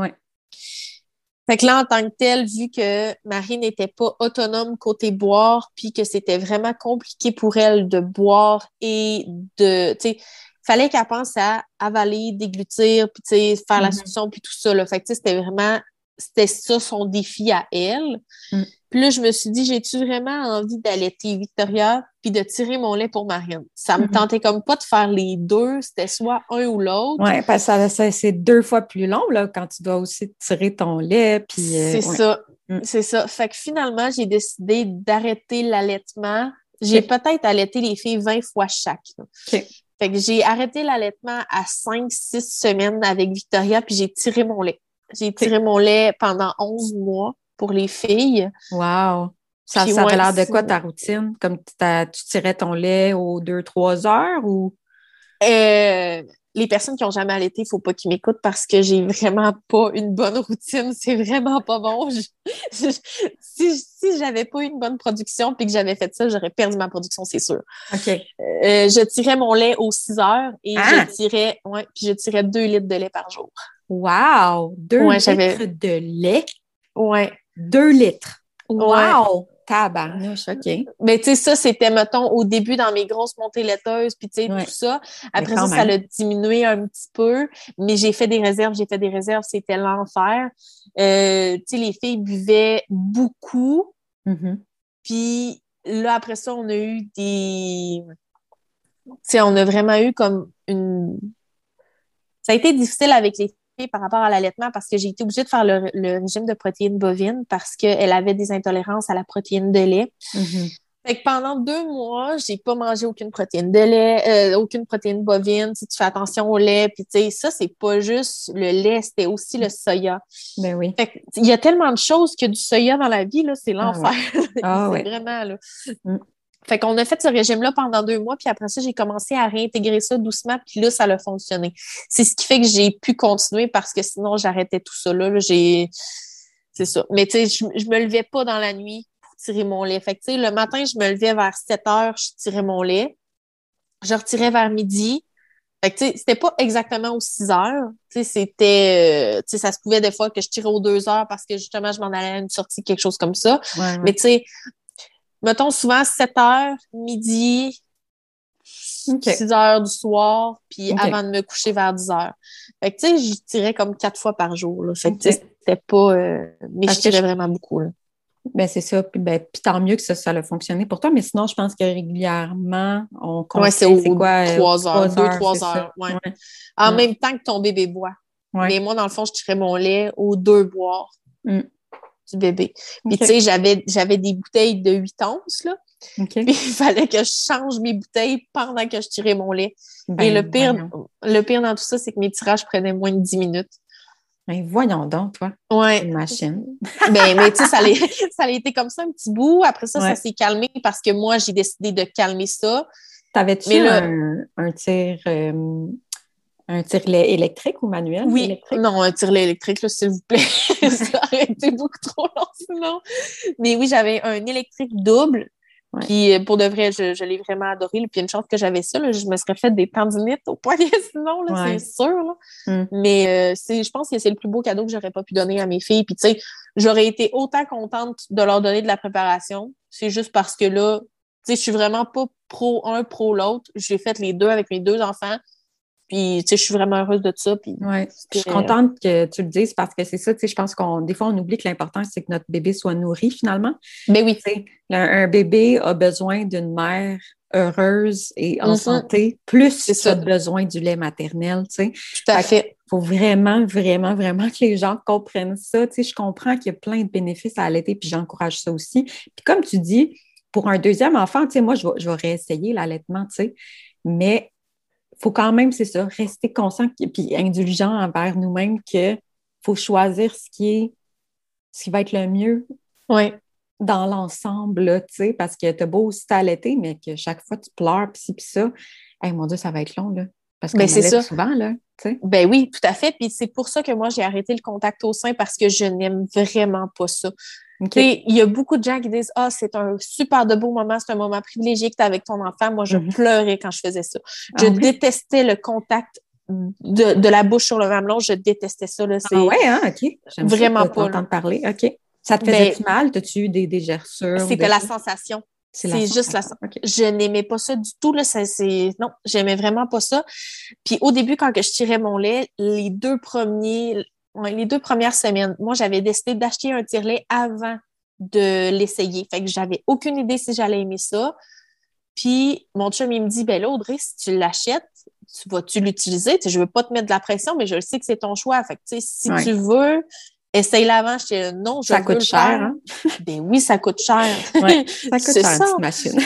Fait que là, en tant que tel, vu que Marie n'était pas autonome côté boire, puis que c'était vraiment compliqué pour elle de boire et tu sais, fallait qu'elle pense à avaler, déglutir, puis tu sais, faire la succion, puis tout ça, là. Fait que c'était ça son défi à elle. Puis là, je me suis dit, j'ai-tu vraiment envie d'allaiter Victoria puis de tirer mon lait pour Marianne? Ça me tentait comme pas de faire les deux, c'était soit un ou l'autre. Oui, parce que c'est 2 fois plus long, là, quand tu dois aussi tirer ton lait. Puis, c'est ça, c'est ça. Fait que finalement, j'ai décidé d'arrêter l'allaitement. J'ai peut-être allaité les filles 20 fois chaque. Fait que j'ai arrêté l'allaitement à 5-6 semaines avec Victoria, puis j'ai tiré mon lait. J'ai tiré mon lait pendant 11 mois pour les filles. Wow! Ça avait l'air de quoi ta routine? Comme tu tirais ton lait aux 2-3 heures ou? les personnes qui ont jamais allaité, il faut pas qu'ils m'écoutent parce que j'ai vraiment pas une bonne routine. C'est vraiment pas bon. Si j'avais pas eu une bonne production puis que j'avais fait ça, j'aurais perdu ma production, c'est sûr. OK. Je tirais mon lait aux 6 heures et Ah! je tirais 2 litres de lait par jour. Wow! 2 litres de lait? Ouais. 2 litres. Wow! Ouais. Tabarnouche, OK. Mais tu sais, ça, c'était, mettons, au début dans mes grosses montées laiteuses, puis tu sais, tout ça. Après ça, ça l'a diminué un petit peu, mais j'ai fait des réserves, c'était l'enfer. Tu sais, les filles buvaient beaucoup. Mm-hmm. Puis là, après ça, on a eu des... Tu sais, on a vraiment eu comme une... Ça a été difficile avec les filles par rapport à l'allaitement parce que j'ai été obligée de faire le régime de protéines bovines parce qu'elle avait des intolérances à la protéine de lait. Mm-hmm. Fait que pendant 2 mois, j'ai pas mangé aucune protéine de lait, aucune protéine bovine. Tu fais attention au lait. Puis tu sais, ça, c'est pas juste le lait, c'était aussi le soya. Ben oui. Fait que, il y a tellement de choses que du soya dans la vie, là, c'est l'enfer. Ouais. C'est vraiment, là. Fait qu'on a fait ce régime-là pendant 2 mois, puis après ça, j'ai commencé à réintégrer ça doucement, puis là, ça a fonctionné. C'est ce qui fait que j'ai pu continuer parce que sinon, j'arrêtais tout ça. Là, c'est ça. Mais tu sais, je me levais pas dans la nuit pour tirer mon lait. Fait que tu sais, le matin, je me levais vers 7 heures, je tirais mon lait. Je retirais vers midi. Fait que tu sais, c'était pas exactement aux 6 heures. Tu sais, c'était... tu sais, ça se pouvait des fois que je tirais aux 2 heures parce que justement, je m'en allais à une sortie, quelque chose comme ça. Ouais. Mais tu sais, mettons souvent 7 heures, midi, 6 heures du soir, puis avant de me coucher vers 10 heures. Fait que, tu sais, je tirais comme 4 fois par jour, là. Fait que, tu sais, c'était pas... mais je tirais vraiment beaucoup, là. Ben, c'est ça. Puis tant mieux que ça a fonctionné pour toi. Mais sinon, je pense que régulièrement, on conseille, c'est quoi? 3 heures. 2-3 heures. Ouais. En même temps que ton bébé boit. Ouais. Mais moi, dans le fond, je tirais mon lait aux 2 boires du bébé. Puis, tu sais, j'avais des bouteilles de 8 onces, là. Puis, il fallait que je change mes bouteilles pendant que je tirais mon lait. Et le pire dans tout ça, c'est que mes tirages prenaient moins de 10 minutes. Ben, voyons donc, toi. Ouais. Une machine. Mais tu sais, ça a été comme ça un petit bout. Après ça, ça s'est calmé parce que moi, j'ai décidé de calmer ça. T'avais-tu un tire-lait électrique ou manuel? Oui, électrique? Non, un tire-lait électrique, là, s'il vous plaît. Ça aurait été beaucoup trop long sinon. Mais oui, j'avais un électrique double. Puis pour de vrai, je l'ai vraiment adoré. Puis une chance que j'avais ça, là, je me serais fait des tendinites au poignet sinon, là, c'est sûr. Là. Mais je pense que c'est le plus beau cadeau que j'aurais pas pu donner à mes filles. Puis tu sais, j'aurais été autant contente de leur donner de la préparation. C'est juste parce que là, tu sais, je suis vraiment pas pro un, pro l'autre. J'ai fait les deux avec mes 2 enfants. Puis, tu sais, je suis vraiment heureuse de ça. Puis, je suis contente que tu le dises parce que c'est ça, tu sais, je pense des fois, on oublie que l'important, c'est que notre bébé soit nourri finalement. Ben oui. Tu sais, un bébé a besoin d'une mère heureuse et en santé, plus qu'il a besoin du lait maternel, tu sais. Tout à fait. Il faut vraiment, vraiment, vraiment que les gens comprennent ça. Tu sais, je comprends qu'il y a plein de bénéfices à allaiter, puis j'encourage ça aussi. Puis comme tu dis, pour un deuxième enfant, tu sais, moi, je vais réessayer l'allaitement, tu sais, mais il faut quand même, c'est ça, rester conscient puis indulgent envers nous-mêmes qu'il faut choisir ce qui va être le mieux dans l'ensemble, là, tu sais, parce que t'as beau aussi t'allaiter, mais que chaque fois tu pleures, pis ci, pis ça, hey, mon Dieu, ça va être long, là. Parce qu'on allaite souvent, là, tu sais. Ben oui, tout à fait. Puis c'est pour ça que moi, j'ai arrêté le contact au sein parce que je n'aime vraiment pas ça. Il y a beaucoup de gens qui disent « Ah, c'est un super de beau moment, c'est un moment privilégié que tu as avec ton enfant. » Moi, je pleurais quand je faisais ça. Je détestais le contact de la bouche sur le mamelon. Je détestais ça. Là. OK. J'aime vraiment ça, t'entendre parler. OK. Ça te faisait-tu mal? T'as-tu eu des gerçures? C'était la sensation. C'est juste la sensation. Okay. Je n'aimais pas ça du tout. Là. Non, j'aimais vraiment pas ça. Puis au début, quand je tirais mon lait, les 2 premières semaines, moi, j'avais décidé d'acheter un tire-lait avant de l'essayer. Fait que j'avais aucune idée si j'allais aimer ça. Puis, mon chum, il me dit, ben là, Audrey, si tu l'achètes, vas-tu l'utiliser? Je veux pas te mettre de la pression, mais je sais que c'est ton choix. Fait que, tu sais, si tu veux, essaye-la avant. J'étais non, je veux le faire. Ça coûte cher, hein? Ben oui, ça coûte cher. Ouais, ça coûte cher, une petite machine.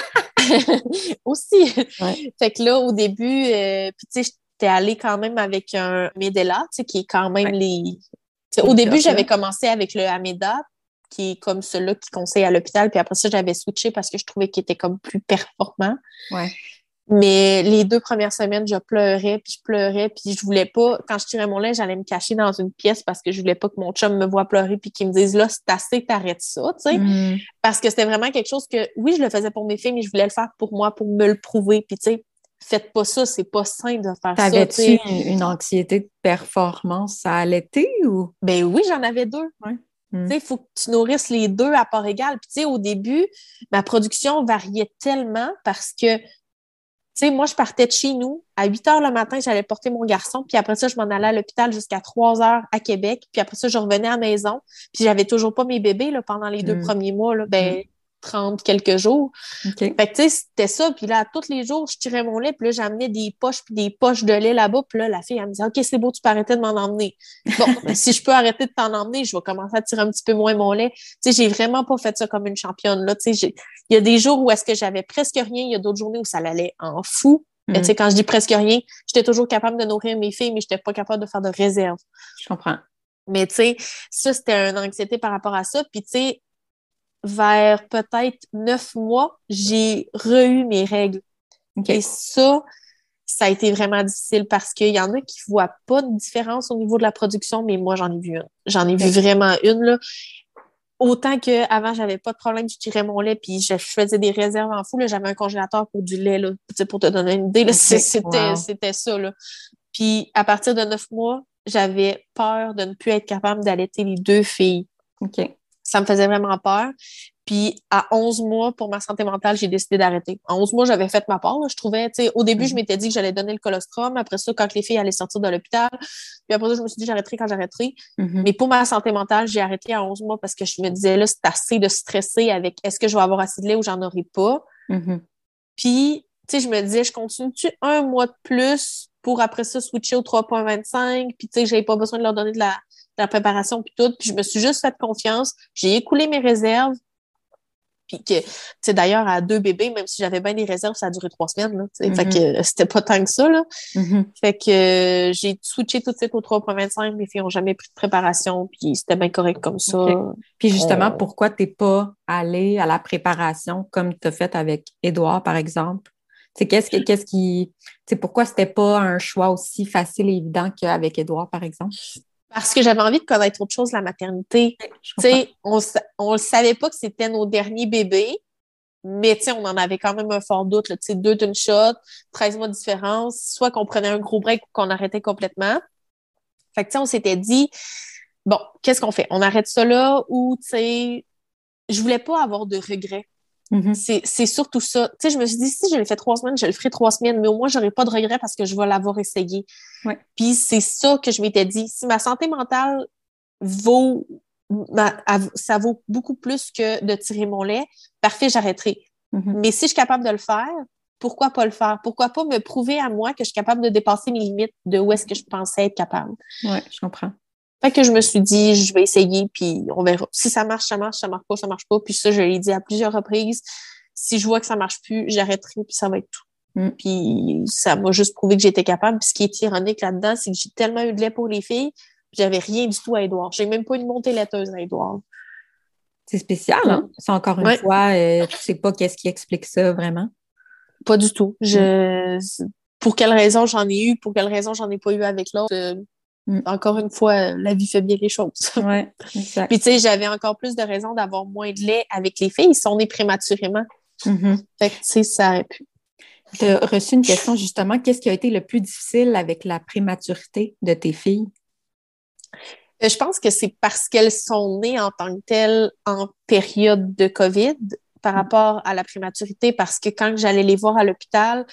Aussi. Fait que là, au début, puis tu sais, j'étais allée quand même avec un Medela, tu sais, qui est quand même au début, j'avais commencé avec le Ameda, qui est comme celui-là qui conseille à l'hôpital, puis après ça, j'avais switché parce que je trouvais qu'il était comme plus performant. Ouais. Mais les 2 premières semaines, je pleurais, puis je voulais pas, quand je tirais mon lait, j'allais me cacher dans une pièce parce que je voulais pas que mon chum me voie pleurer puis qu'il me dise, là, c'est assez, t'arrêtes ça, tu sais. Parce que c'était vraiment quelque chose que, oui, je le faisais pour mes filles, mais je voulais le faire pour moi, pour me le prouver. Puis, tu sais, faites pas ça, c'est pas sain de faire ça, tu T'avais-tu sais. une anxiété de performance à allaiter ou? Ben oui, j'en avais 2. Ouais. Tu sais, il faut que tu nourrisses les 2 à part égale. Puis, tu sais, au début, ma production variait tellement parce que tu sais, moi, je partais de chez nous. À 8 heures le matin, j'allais porter mon garçon. Puis après ça, je m'en allais à l'hôpital jusqu'à 3 heures à Québec. Puis après ça, je revenais à la maison. Puis j'avais toujours pas mes bébés là, pendant les 2 premiers mois. Là, ben, 30 quelques jours. OK. Fait que, tu sais, c'était ça. Puis là, tous les jours, je tirais mon lait. Puis là, j'amenais des poches puis des poches de lait là-bas. Puis là, la fille, elle me disait, OK, c'est beau, tu peux arrêter de m'en emmener. Bon, ben, si je peux arrêter de t'en emmener, je vais commencer à tirer un petit peu moins mon lait. Tu sais, j'ai vraiment pas fait ça comme une championne. Là. Tu sais, il y a des jours où est-ce que j'avais presque rien. Il y a d'autres journées où ça allait en fou. Tu sais, quand je dis presque rien, j'étais toujours capable de nourrir mes filles, mais j'étais pas capable de faire de réserve. Je comprends. Mais tu sais, ça, c'était une anxiété par rapport à ça. Puis tu sais, vers peut-être 9 mois, j'ai re-eu mes règles. Okay. Et ça a été vraiment difficile parce qu'il y en a qui voient pas de différence au niveau de la production, mais moi, j'en ai vu une. J'en ai vu vraiment une, là. Autant qu'avant, j'avais pas de problème, je tirais mon lait, puis je faisais des réserves en fou. Là, j'avais un congélateur pour du lait, là, pour te donner une idée. Là, c'était ça. Là. Puis à partir de 9 mois, j'avais peur de ne plus être capable d'allaiter les 2 filles. Okay. Ça me faisait vraiment peur. Puis à 11 mois, pour ma santé mentale, j'ai décidé d'arrêter. À 11 mois, j'avais fait ma part. Là, je trouvais, tu sais, au début, je m'étais dit que j'allais donner le colostrum. Après ça, quand les filles allaient sortir de l'hôpital. Puis après ça, je me suis dit, j'arrêterai quand j'arrêterai. Mais pour ma santé mentale, j'ai arrêté à 11 mois parce que je me disais, là, c'est assez de stresser avec est-ce que je vais avoir assez de lait ou j'en aurai pas. Puis, tu sais, je me disais, je continue-tu 1 mois de plus pour après ça switcher au 3,25? Puis, tu sais, j'avais pas besoin de leur donner de la préparation puis tout. Puis, je me suis juste fait confiance. J'ai écoulé mes réserves. Puis que, tu sais, d'ailleurs, à 2 bébés, même si j'avais bien des réserves, ça a duré 3 semaines, là. Fait que c'était pas tant que ça, là. Fait que j'ai switché tout de suite au 3,25. Mes filles ont jamais pris de préparation, puis c'était bien correct comme ça. Puis justement, pourquoi t'es pas allée à la préparation comme tu as fait avec Édouard, par exemple? Tu sais, qu'est-ce qui... Tu sais, pourquoi c'était pas un choix aussi facile et évident qu'avec Édouard, par exemple? Parce que j'avais envie de connaître autre chose, la maternité. Tu sais, on le savait pas que c'était nos derniers bébés, mais tu sais, on en avait quand même un fort doute, tu sais, 2 d'une shot, 13 mois de différence, soit qu'on prenait un gros break ou qu'on arrêtait complètement. Fait que tu sais, on s'était dit, bon, qu'est-ce qu'on fait? On arrête ça là ou, tu sais, je voulais pas avoir de regrets. C'est surtout ça. Tu sais, je me suis dit, si je l'ai fait 3 semaines, je le ferai 3 semaines, mais au moins, j'aurai pas de regrets parce que je vais l'avoir essayé. Ouais. Puis c'est ça que je m'étais dit. Si ma santé mentale ça vaut beaucoup plus que de tirer mon lait, parfait, j'arrêterai. Mais si je suis capable de le faire, pourquoi pas le faire? Pourquoi pas me prouver à moi que je suis capable de dépasser mes limites de où est-ce que je pensais être capable? Oui, je comprends. Fait que je me suis dit, je vais essayer, puis on verra. Si ça marche, ça marche. Ça marche pas, ça marche pas. Puis ça, je l'ai dit à plusieurs reprises. Si je vois que ça marche plus, j'arrêterai, puis ça va être tout. Puis ça m'a juste prouvé que j'étais capable. Puis ce qui est ironique là-dedans, c'est que j'ai tellement eu de lait pour les filles, j'avais rien du tout à Édouard. J'ai même pas une montée laiteuse à Édouard. C'est spécial, hein? C'est encore une fois, tu sais pas qu'est-ce qui explique ça, vraiment? Pas du tout. Pour quelle raison j'en ai eu, pour quelle raison j'en ai pas eu avec l'autre. Encore une fois, la vie fait bien les choses. Oui, exact. Puis, tu sais, j'avais encore plus de raisons d'avoir moins de lait avec les filles. Ils sont nés prématurément. Fait que, tu sais, ça aurait pu. Tu as reçu une question, justement. Qu'est-ce qui a été le plus difficile avec la prématurité de tes filles? Je pense que c'est parce qu'elles sont nées en tant que telles en période de COVID par rapport à la prématurité. Parce que quand j'allais les voir à l'hôpital,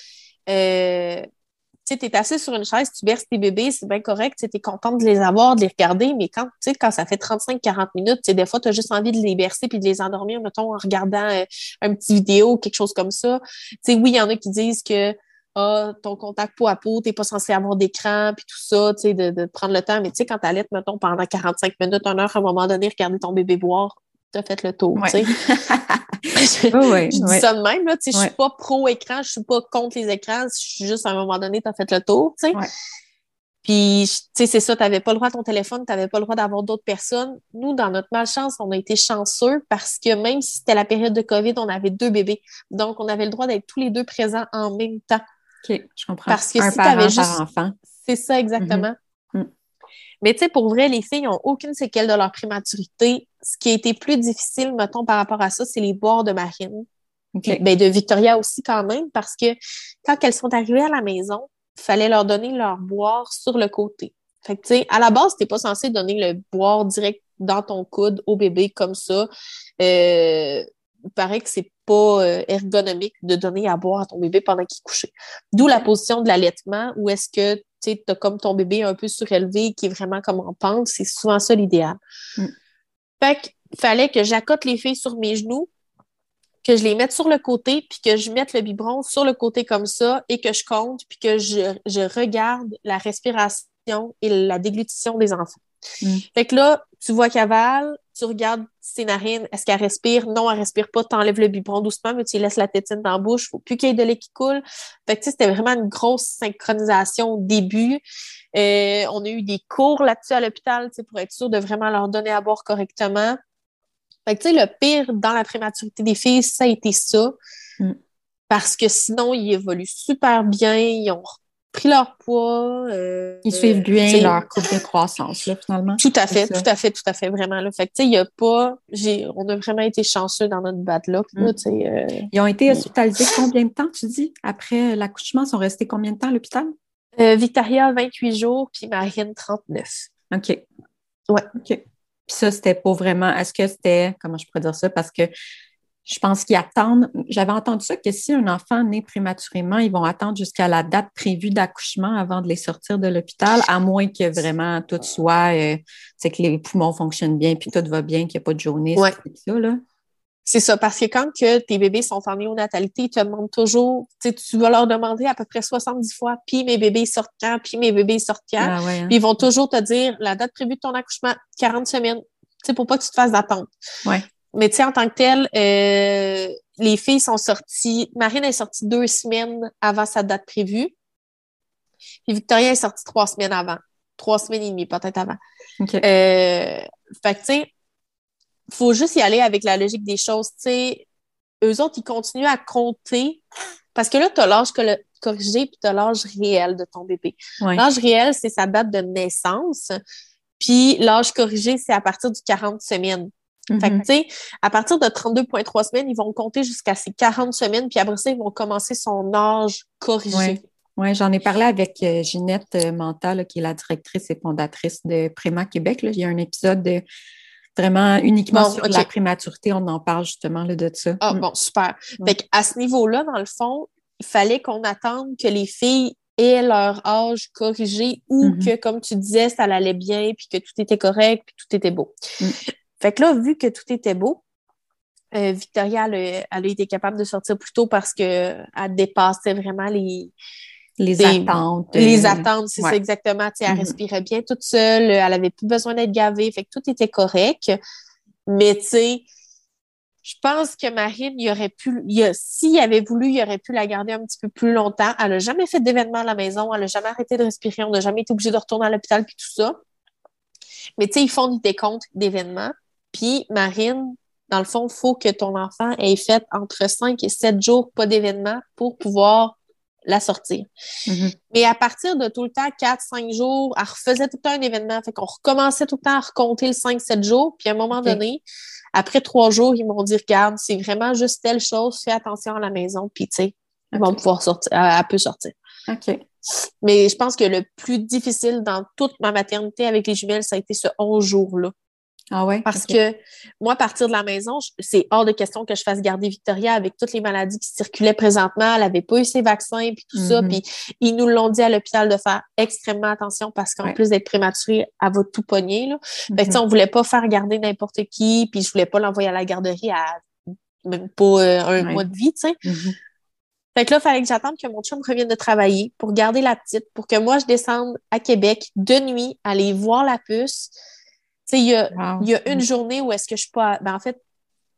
tu sais, t'es assis sur une chaise, tu berces tes bébés, c'est bien correct, tu es contente de les avoir, de les regarder, mais quand ça fait 35-40 minutes, des fois, tu as juste envie de les bercer puis de les endormir, mettons, en regardant un petit vidéo ou quelque chose comme ça. Tu sais, oui, il y en a qui disent que ton contact peau à peau, t'es pas censé avoir d'écran puis tout ça, tu sais, de prendre le temps, mais tu sais, quand t'allaites, mettons, pendant 45 minutes, 1 heure, à un moment donné, regarder ton bébé boire, t'as fait le tour, tu sais. Je dis ça de même, là, tu sais, je suis pas pro-écran, je suis pas contre les écrans, je suis juste, à un moment donné, t'as fait le tour, tu sais. Puis, tu sais, c'est ça, t'avais pas le droit à ton téléphone, t'avais pas le droit d'avoir d'autres personnes. Nous, dans notre malchance, on a été chanceux parce que même si c'était la période de COVID, on avait 2 bébés. Donc, on avait le droit d'être tous les deux présents en même temps. OK, je comprends. Parce que Un si t'avais parent par juste... enfant. C'est ça, exactement. Mais tu sais, pour vrai, les filles n'ont aucune séquelle de leur prématurité. Ce qui a été plus difficile, mettons, par rapport à ça, c'est les boires de Marine. Puis, OK. ben, de Victoria aussi quand même, parce que quand elles sont arrivées à la maison, il fallait leur donner leur boire sur le côté. Fait que, tu sais, à la base, t'es pas censé donner le boire direct dans ton coude au bébé comme ça. Il paraît que c'est pas ergonomique de donner à boire à ton bébé pendant qu'il est couché. D'où la position de l'allaitement, où est-ce que tu as comme ton bébé un peu surélevé, qui est vraiment comme en pente. C'est souvent ça l'idéal. Fait qu'il fallait que j'accote les filles sur mes genoux, que je les mette sur le côté, puis que je mette le biberon sur le côté comme ça, et que je compte, puis que je regarde la respiration et la déglutition des enfants. Fait que là, tu vois qu'elle avale, tu regardes ses narines, est-ce qu'elle respire? Non, elle respire pas, t'enlèves le biberon doucement, mais tu lui laisses la tétine dans la bouche, faut plus qu'il y ait de lait qui coule. Fait que tu sais, c'était vraiment une grosse synchronisation au début. On a eu des cours là-dessus à l'hôpital, tu sais, pour être sûr de vraiment leur donner à boire correctement. Fait que tu sais, le pire dans la prématurité des filles, ça a été ça. Parce que sinon, ils évoluent super bien, ils ont pris leur poids. Ils suivent bien leur courbe de croissance, là, finalement. Tout à fait, vraiment. Là. Fait que, tu sais, il y a pas... On a vraiment été chanceux dans notre bad luck, là, tu sais. Ils ont été hospitalisés combien de temps, tu dis? Après l'accouchement, ils sont restés combien de temps à l'hôpital? Victoria, 28 jours, puis Marine, 39. OK. Ouais. OK. Puis ça, c'était pas vraiment... Est-ce que c'était... Comment je pourrais dire ça? Parce que je pense qu'ils attendent... J'avais entendu ça, que si un enfant naît prématurément, ils vont attendre jusqu'à la date prévue d'accouchement avant de les sortir de l'hôpital, à moins que vraiment tout soit... c'est que les poumons fonctionnent bien, puis tout va bien, qu'il n'y a pas de jaunisse, puis ça, là. C'est ça, parce que quand que tes bébés sont en néonatalité, ils te demandent toujours, tu vas leur demander à peu près 70 fois, puis mes bébés sortent quand, puis mes bébés sortent quand. Ah ouais, hein? Puis ils vont toujours te dire la date prévue de ton accouchement, 40 semaines, pour pas que tu te fasses d'attente. Ouais. Mais tu sais, en tant que tel, les filles sont sorties, Marine est sortie 2 semaines avant sa date prévue, puis Victoria est sortie 3 semaines avant. 3 semaines et demie, peut-être avant. Okay. Fait que tu sais, faut juste y aller avec la logique des choses. Tu sais, eux autres, ils continuent à compter parce que là, tu as l'âge corrigé puis tu as l'âge réel de ton bébé. Ouais. L'âge réel, c'est sa date de naissance. Puis l'âge corrigé, c'est à partir du 40 semaines. Fait que, tu sais, à partir de 32,3 semaines, ils vont compter jusqu'à ces 40 semaines, puis après ça, ils vont commencer son âge corrigé. Oui, j'en ai parlé avec Ginette Manta, là, qui est la directrice et fondatrice de Préma Québec. Là. Il y a un épisode vraiment uniquement sur la prématurité. On en parle justement là, de ça. Ah, bon, super. Fait qu'à ce niveau-là, dans le fond, il fallait qu'on attende que les filles aient leur âge corrigé ou que, comme tu disais, ça allait bien, puis que tout était correct, puis tout était beau. Fait que là, vu que tout était beau, Victoria, elle a été capable de sortir plus tôt parce qu'elle dépassait vraiment les attentes. Les attentes, c'est ça exactement. Elle respirait bien toute seule, elle avait plus besoin d'être gavée, fait que tout était correct. Mais tu sais, je pense que Marine, s'il avait voulu, il aurait pu la garder un petit peu plus longtemps. Elle n'a jamais fait d'événement à la maison, elle n'a jamais arrêté de respirer, on n'a jamais été obligé de retourner à l'hôpital puis tout ça. Mais tu sais, ils font des comptes d'événements. Puis Marine, dans le fond, il faut que ton enfant ait fait entre 5 et 7 jours pas d'événement pour pouvoir la sortir. Mais à partir de tout le temps, 4-5 jours, elle refaisait tout le temps un événement. Fait qu'on recommençait tout le temps à recompter le 5-7 jours. Puis à un moment donné, après 3 jours, ils m'ont dit, regarde, c'est vraiment juste telle chose, fais attention à la maison. Puis tu sais, ils vont pouvoir sortir. Elle peut sortir. OK. Mais je pense que le plus difficile dans toute ma maternité avec les jumelles, ça a été ce 11 jours-là. Ah ouais? Parce que moi, à partir de la maison, c'est hors de question que je fasse garder Victoria avec toutes les maladies qui circulaient présentement. Elle n'avait pas eu ses vaccins puis tout ça. Puis ils nous l'ont dit à l'hôpital de faire extrêmement attention parce qu'en plus d'être prématurée, elle va tout pogner. Là. Fait que, on voulait pas faire garder n'importe qui, puis je voulais pas l'envoyer à la garderie à même pas un mois de vie, tu sais. Fait que là, il fallait que j'attende que mon chum revienne de travailler pour garder la petite, pour que moi, je descende à Québec de nuit, aller voir la puce. Tu sais, il y a une journée où est-ce que je suis pas... Ben, en fait,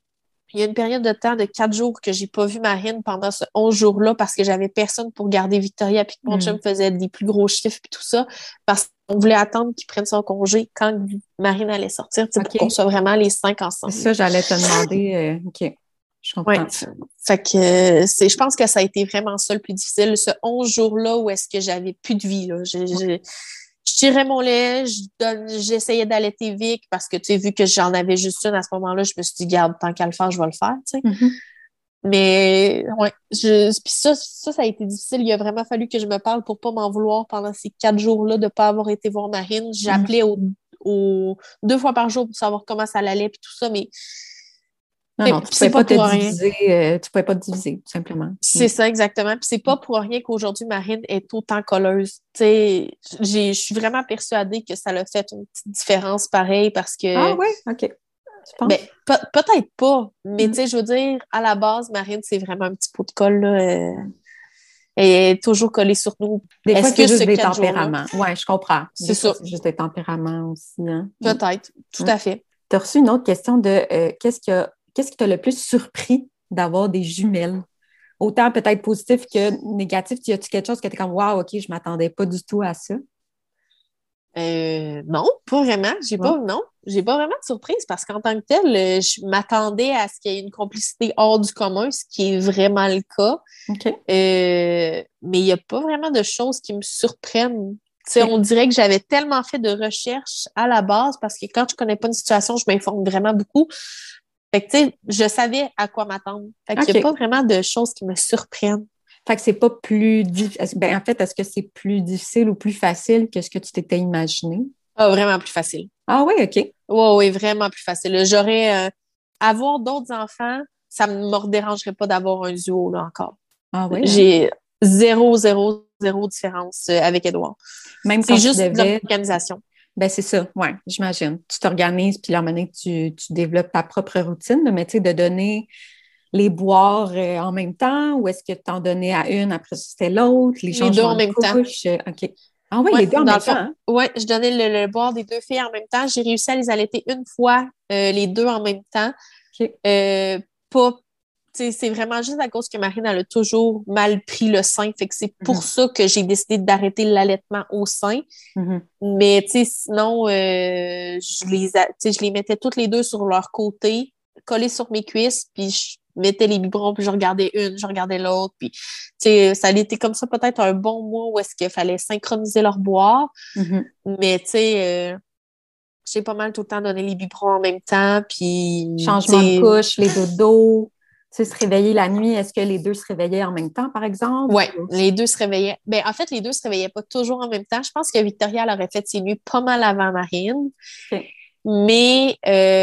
il y a une période de temps de 4 jours que j'ai pas vu Marine pendant ce 11 jours-là parce que j'avais personne pour garder Victoria puis que mon chum faisait des plus gros chiffres puis tout ça parce qu'on voulait attendre qu'il prenne son congé quand Marine allait sortir, pour qu'on soit vraiment les 5 ensemble. C'est ça, j'allais te demander. OK, je comprends. Ouais. Fait que je pense que ça a été vraiment ça le plus difficile, ce 11 jours-là où est-ce que j'avais plus de vie, là. Je tirais mon lait, j'essayais d'allaiter Vic parce que, tu sais, vu que j'en avais juste une à ce moment-là, je me suis dit, garde, tant qu'à le faire, je vais le faire, tu sais. Mm-hmm. Mais, ouais, puis ça a été difficile. Il a vraiment fallu que je me parle pour pas m'en vouloir pendant ces 4 jours-là de pas avoir été voir Marine. J'appelais 2 fois par jour pour savoir comment ça allait puis tout ça, mais non, tu pouvais pas te diviser, tu pouvais pas te diviser, tout simplement. C'est ça, exactement. Puis c'est pas pour rien qu'aujourd'hui, Marine est autant colleuse. Tu sais, je suis vraiment persuadée que ça l'a fait une petite différence pareil parce que... Ah oui? OK. Tu penses? Ben, peut-être pas, mais tu sais, je veux dire, à la base, Marine, c'est vraiment un petit pot de colle, là. Elle est toujours collée sur nous. Des fois, c'est juste des tempéraments. Oui, je comprends. C'est ça. C'est juste des tempéraments aussi. Hein? Peut-être, tout à fait. Tu as reçu une autre question de qu'est-ce qui t'a le plus surpris d'avoir des jumelles? Autant peut-être positif que négatif. Y a-tu quelque chose que tu es comme, wow, OK, je ne m'attendais pas du tout à ça? Non, pas vraiment. J'ai pas vraiment de surprise parce qu'en tant que telle, je m'attendais à ce qu'il y ait une complicité hors du commun, ce qui est vraiment le cas. OK. Mais il n'y a pas vraiment de choses qui me surprennent. Okay. On dirait que j'avais tellement fait de recherches à la base parce que quand je connais pas une situation, je m'informe vraiment beaucoup. Fait que, tu sais, je savais à quoi m'attendre. Fait qu'il n'y a pas vraiment de choses qui me surprennent. Fait que c'est pas plus difficile. Ben, en fait, est-ce que c'est plus difficile ou plus facile que ce que tu t'étais imaginé? Ah, vraiment plus facile. Ah oui, OK. Oui, vraiment plus facile. J'aurais avoir d'autres enfants, ça ne me dérangerait pas d'avoir un duo là encore. Ah oui. J'ai zéro différence avec Édouard. Même c'est juste l'organisation. Ben c'est ça, oui, j'imagine. Tu t'organises, puis là, maintenant, tu développes ta propre routine, mais tu sais, de donner les boire en même temps, ou est-ce que tu en donnais à une, après c'était l'autre, les deux en même temps. OK. Ah oui, les deux en même temps. Hein? Oui, je donnais le boire des 2 filles en même temps. J'ai réussi à les allaiter une fois, les 2 en même temps. OK. C'est vraiment juste à cause que Marine, elle a toujours mal pris le sein. Fait que c'est pour ça que j'ai décidé d'arrêter l'allaitement au sein. Mais, sinon, je les mettais toutes les 2 sur leur côté, collées sur mes cuisses, puis je mettais les biberons, puis je regardais une, je regardais l'autre. Puis, ça a été comme ça peut-être un bon mois où est-ce qu'il fallait synchroniser leur boire. Mais, j'ai pas mal tout le temps donné les biberons en même temps. Puis, changement de couche, les dodos. Tu sais, se réveiller la nuit, est-ce que les 2 se réveillaient en même temps, par exemple? Oui, les 2 se réveillaient. Ben, en fait, les 2 se réveillaient pas toujours en même temps. Je pense que Victoria, elle aurait fait ses nuits pas mal avant Marine. Okay. Mais,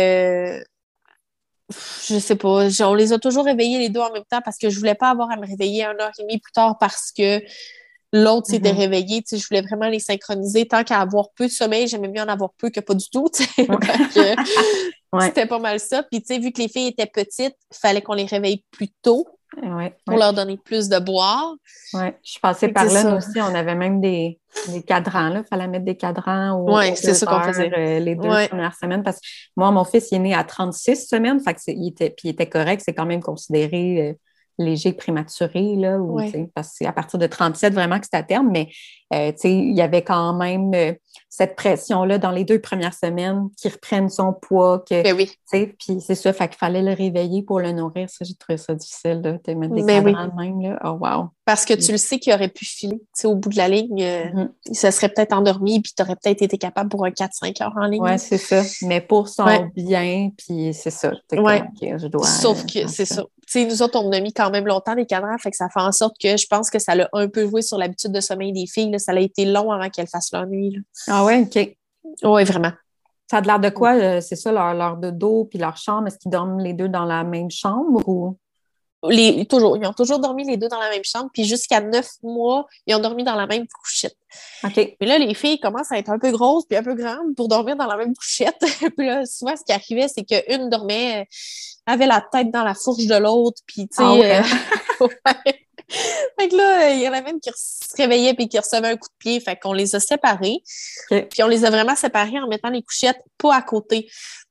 je sais pas, on les a toujours réveillés les 2 en même temps parce que je voulais pas avoir à me réveiller 1h30 plus tard parce que l'autre s'était réveillé. Je voulais vraiment les synchroniser. Tant qu'à avoir peu de sommeil, j'aimais mieux en avoir peu que pas du tout. C'était pas mal ça. Puis, vu que les filles étaient petites, il fallait qu'on les réveille plus tôt pour leur donner plus de boire. Oui, je passais par là, nous aussi. On avait même des cadrans. Il fallait mettre des cadrans aux c'est ça qu'on faisait. Les 2 premières semaines. Parce que moi, mon fils, il est né à 36 semaines. Fait que il était correct. C'est quand même considéré léger prématuré, là, parce que c'est à partir de 37 vraiment que c'est à terme, mais il y avait quand même cette pression-là dans les 2 premières semaines qu'il reprenne son poids, puis c'est ça, fait qu'il fallait le réveiller pour le nourrir. Ça, j'ai trouvé ça difficile de mettre des cadrans de même, là. Oh wow! Parce que tu le sais qu'il aurait pu filer, au bout de la ligne, il se serait peut-être endormi, puis tu aurais peut-être été capable pour un 4-5 heures en ligne. Oui, c'est ça, mais pour son bien, puis c'est ça. Je dois, sauf que c'est ça. Nous autres, on a mis quand même longtemps des cadrans, fait que ça fait en sorte que je pense que ça l'a un peu joué sur l'habitude de sommeil des filles. Là. Ça a été long avant qu'elles fassent leur nuit. Là. Ah ouais, OK. Oui, vraiment. Ça a l'air de quoi? C'est ça, leur dodo puis leur chambre? Est-ce qu'ils dorment les 2 dans la même chambre ou? Toujours. Ils ont toujours dormi les 2 dans la même chambre, puis jusqu'à 9 mois, ils ont dormi dans la même couchette. OK. Mais là, les filles commencent à être un peu grosses puis un peu grandes pour dormir dans la même couchette. Puis là, souvent, ce qui arrivait, c'est qu'une dormait, avait la tête dans la fourche de l'autre, puis tu sais... Fait que là, il y en a même qui se réveillaient puis qui recevaient un coup de pied. Fait qu'on les a séparés. Okay. Puis on les a vraiment séparés en mettant les couchettes pas à côté.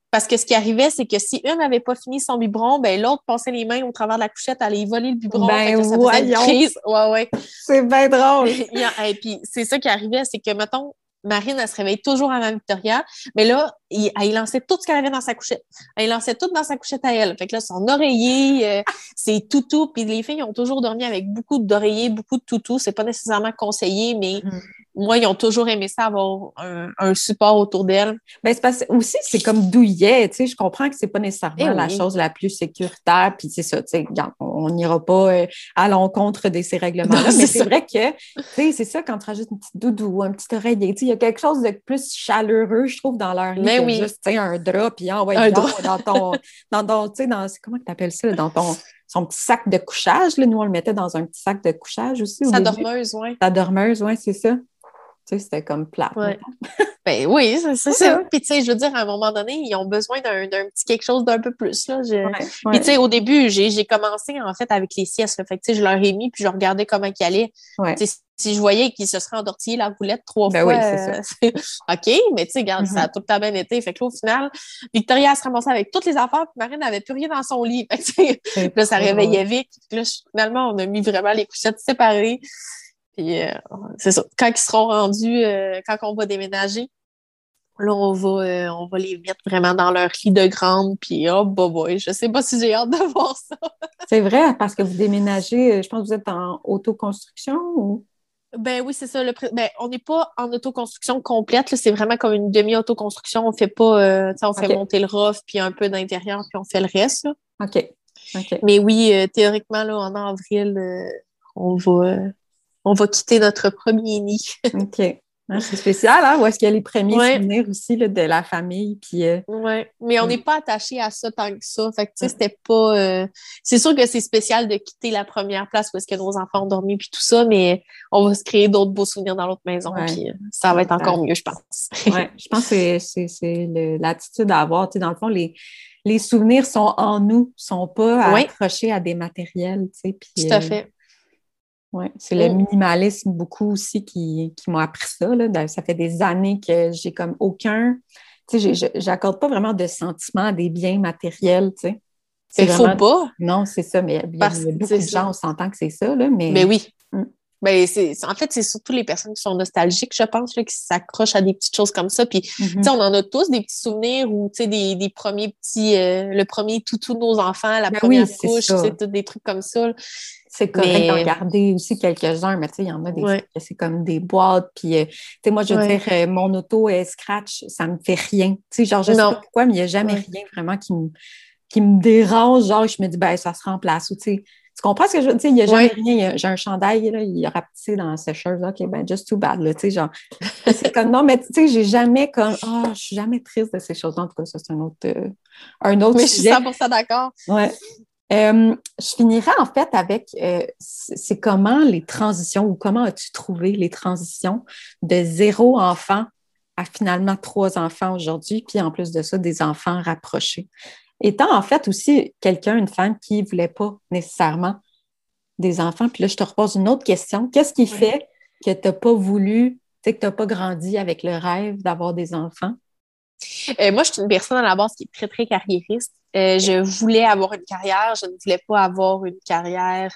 Parce que ce qui arrivait, c'est que si une n'avait pas fini son biberon, ben l'autre passait les mains au travers de la couchette, allait y voler le biberon. Ben Fait que là, ça faisait une voyons! crise. Ouais. C'est bien drôle! Et puis, c'est ça qui arrivait, c'est que, mettons, Marine, elle se réveille toujours avant Victoria, mais là, elle lançait tout ce qu'elle avait dans sa couchette. Elle lançait tout dans sa couchette à elle. Fait que là, son oreiller, ses toutous, puis les filles ont toujours dormi avec beaucoup d'oreillers, beaucoup de toutous. C'est pas nécessairement conseillé, mais moi, ils ont toujours aimé ça, avoir un support autour d'elle. Ben, c'est parce aussi, c'est comme douillet, tu sais, je comprends que c'est pas nécessairement la Oui. chose la plus sécuritaire, puis c'est ça, tu sais, on n'ira pas à l'encontre de ces règlements-là, mais c'est vrai que, tu sais, c'est ça, quand tu rajoutes une petite doudou, un petit oreiller, tu sais, il y a quelque chose de plus chaleureux, je trouve, dans leur lit que juste, tu sais, un drap, puis dans ton, tu sais, comment tu appelles ça, dans son petit sac de couchage, là, nous, on le mettait dans un petit sac de couchage aussi au Sa début. dormeuse, oui. Sa dormeuse, oui, c'est ça. Tu sais, c'était comme plate. Ouais. Ben oui, c'est ça. Puis tu sais, je veux dire, à un moment donné, ils ont besoin d'un petit quelque chose d'un peu plus, là. Puis tu sais, au début, j'ai commencé, en fait, avec les siestes, là. Fait que tu sais, je leur ai mis, puis je regardais comment ils allaient. Tu sais, si je voyais qu'ils se seraient endortis la roulette 3 fois, oui, c'est ça. OK, mais tu sais, regarde, ça a tout le temps bien été. Fait que là, au final, Victoria se ramassait avec toutes les affaires, puis Marine n'avait plus rien dans son lit. Fait que, là, ça réveillait vite. Puis là, finalement, on a mis vraiment les couchettes séparées. Puis c'est ça. Quand ils seront rendus, quand on va déménager, là, on va les mettre vraiment dans leur lit de grande. Puis oh, boy, je sais pas si j'ai hâte de voir ça. C'est vrai, parce que vous déménagez, je pense que vous êtes en autoconstruction ou? Ben oui, c'est ça. Ben, on n'est pas en autoconstruction complète, là. C'est vraiment comme une demi-autoconstruction. On fait pas, on fait monter le roof, puis un peu d'intérieur, puis on fait le reste, là. OK. Mais oui, théoriquement, là, en avril, on va quitter notre premier nid. OK. Hein, c'est spécial, hein? Où est-ce qu'il y a les premiers souvenirs aussi là, de la famille? Puis, oui, mais on n'est pas attaché à ça tant que ça. Fait que, tu sais, c'était pas... C'est sûr que c'est spécial de quitter la première place où est-ce que nos enfants ont dormi puis tout ça, mais on va se créer d'autres beaux souvenirs dans l'autre maison, puis ça va être encore mieux, je pense. Oui, je pense que c'est l'attitude à avoir. Tu sais, dans le fond, les souvenirs sont en nous, sont pas accrochés à des matériels, tu sais. Puis, tout à fait. Oui, c'est le minimalisme beaucoup aussi qui m'a appris ça. Là. Ça fait des années que j'ai comme aucun... Tu sais, j'accorde pas vraiment de sentiment à des biens matériels, tu sais. C'est vraiment... faut pas. Non, c'est ça, mais il y a beaucoup de gens, on s'entend que c'est ça, là, mais... Mais oui. Ben, en fait, c'est surtout les personnes qui sont nostalgiques, je pense, là, qui s'accrochent à des petites choses comme ça. Puis, tu sais, on en a tous des petits souvenirs ou, tu sais, des premiers petits... le premier toutou de nos enfants, la première couche, tu sais, tous des trucs comme ça. C'est correct d'en garder aussi quelques-uns, mais tu sais, il y en a des fois que c'est comme des boîtes. Puis, tu sais, moi, je veux dire, mon auto scratch, ça me fait rien. Tu sais, genre, je sais pas pourquoi, mais il n'y a jamais rien vraiment qui me dérange. Genre, je me dis, ben, ça se remplace. Ou, tu sais, tu comprends ce que je veux dire? Il n'y a jamais rien. J'ai un chandail, là, il a rapetissé dans la sécheuse. OK, ben, just too bad, là, tu sais, genre. C'est comme, non, mais tu sais, j'ai jamais comme, je suis jamais triste de ces choses-là. En tout cas, ça, c'est un autre mais sujet. Je suis 100% d'accord. Ouais. Je finirai en fait avec c'est comment les transitions ou comment as-tu trouvé les transitions de 0 enfant à finalement 3 enfants aujourd'hui, puis en plus de ça, des enfants rapprochés. Étant en fait aussi une femme qui ne voulait pas nécessairement des enfants, puis là, je te repose une autre question. Qu'est-ce qui fait que tu n'as pas voulu, tu sais, que tu n'as pas grandi avec le rêve d'avoir des enfants? Moi, je suis une personne à la base qui est très, très carriériste. Je voulais avoir une carrière, je ne voulais pas avoir une carrière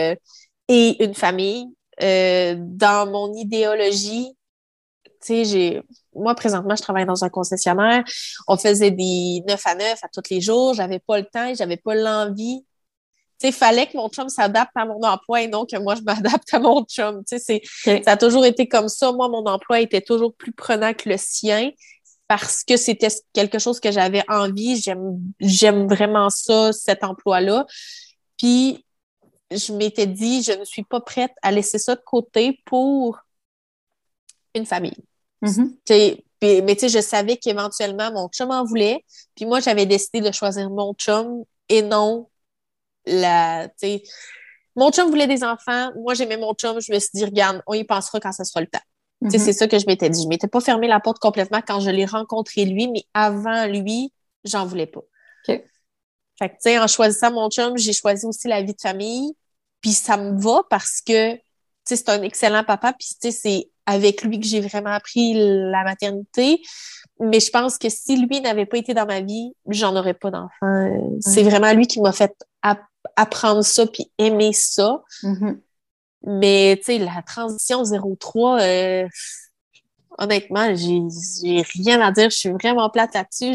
et une famille. Dans mon idéologie, tu sais, moi, présentement, je travaille dans un concessionnaire. On faisait des 9 à 9 à tous les jours. J'avais pas le temps et j'avais pas l'envie. Tu sais, fallait que mon chum s'adapte à mon emploi et non que moi, je m'adapte à mon chum. Tu sais, ça a toujours été comme ça. Moi, mon emploi était toujours plus prenant que le sien parce que c'était quelque chose que j'avais envie. J'aime vraiment ça, cet emploi-là. Puis, je m'étais dit, je ne suis pas prête à laisser ça de côté pour une famille. Mais tu sais, je savais qu'éventuellement, mon chum en voulait. Puis moi, j'avais décidé de choisir mon chum et non tu sais, mon chum voulait des enfants. Moi, j'aimais mon chum. Je me suis dit, regarde, on y pensera quand ça sera le temps. Tu sais, c'est ça que je m'étais dit. Je m'étais pas fermé la porte complètement quand je l'ai rencontré lui, mais avant lui, j'en voulais pas. OK. Fait que, tu sais, en choisissant mon chum, j'ai choisi aussi la vie de famille. Puis ça me va parce que, tu sais, c'est un excellent papa, puis tu sais, c'est avec lui que j'ai vraiment appris la maternité. Mais je pense que si lui n'avait pas été dans ma vie, j'en aurais pas d'enfant. C'est vraiment lui qui m'a fait apprendre ça puis aimer ça. Mhm. Mais tu sais, la transition 0-3, honnêtement, j'ai rien à dire. Je suis vraiment plate là-dessus.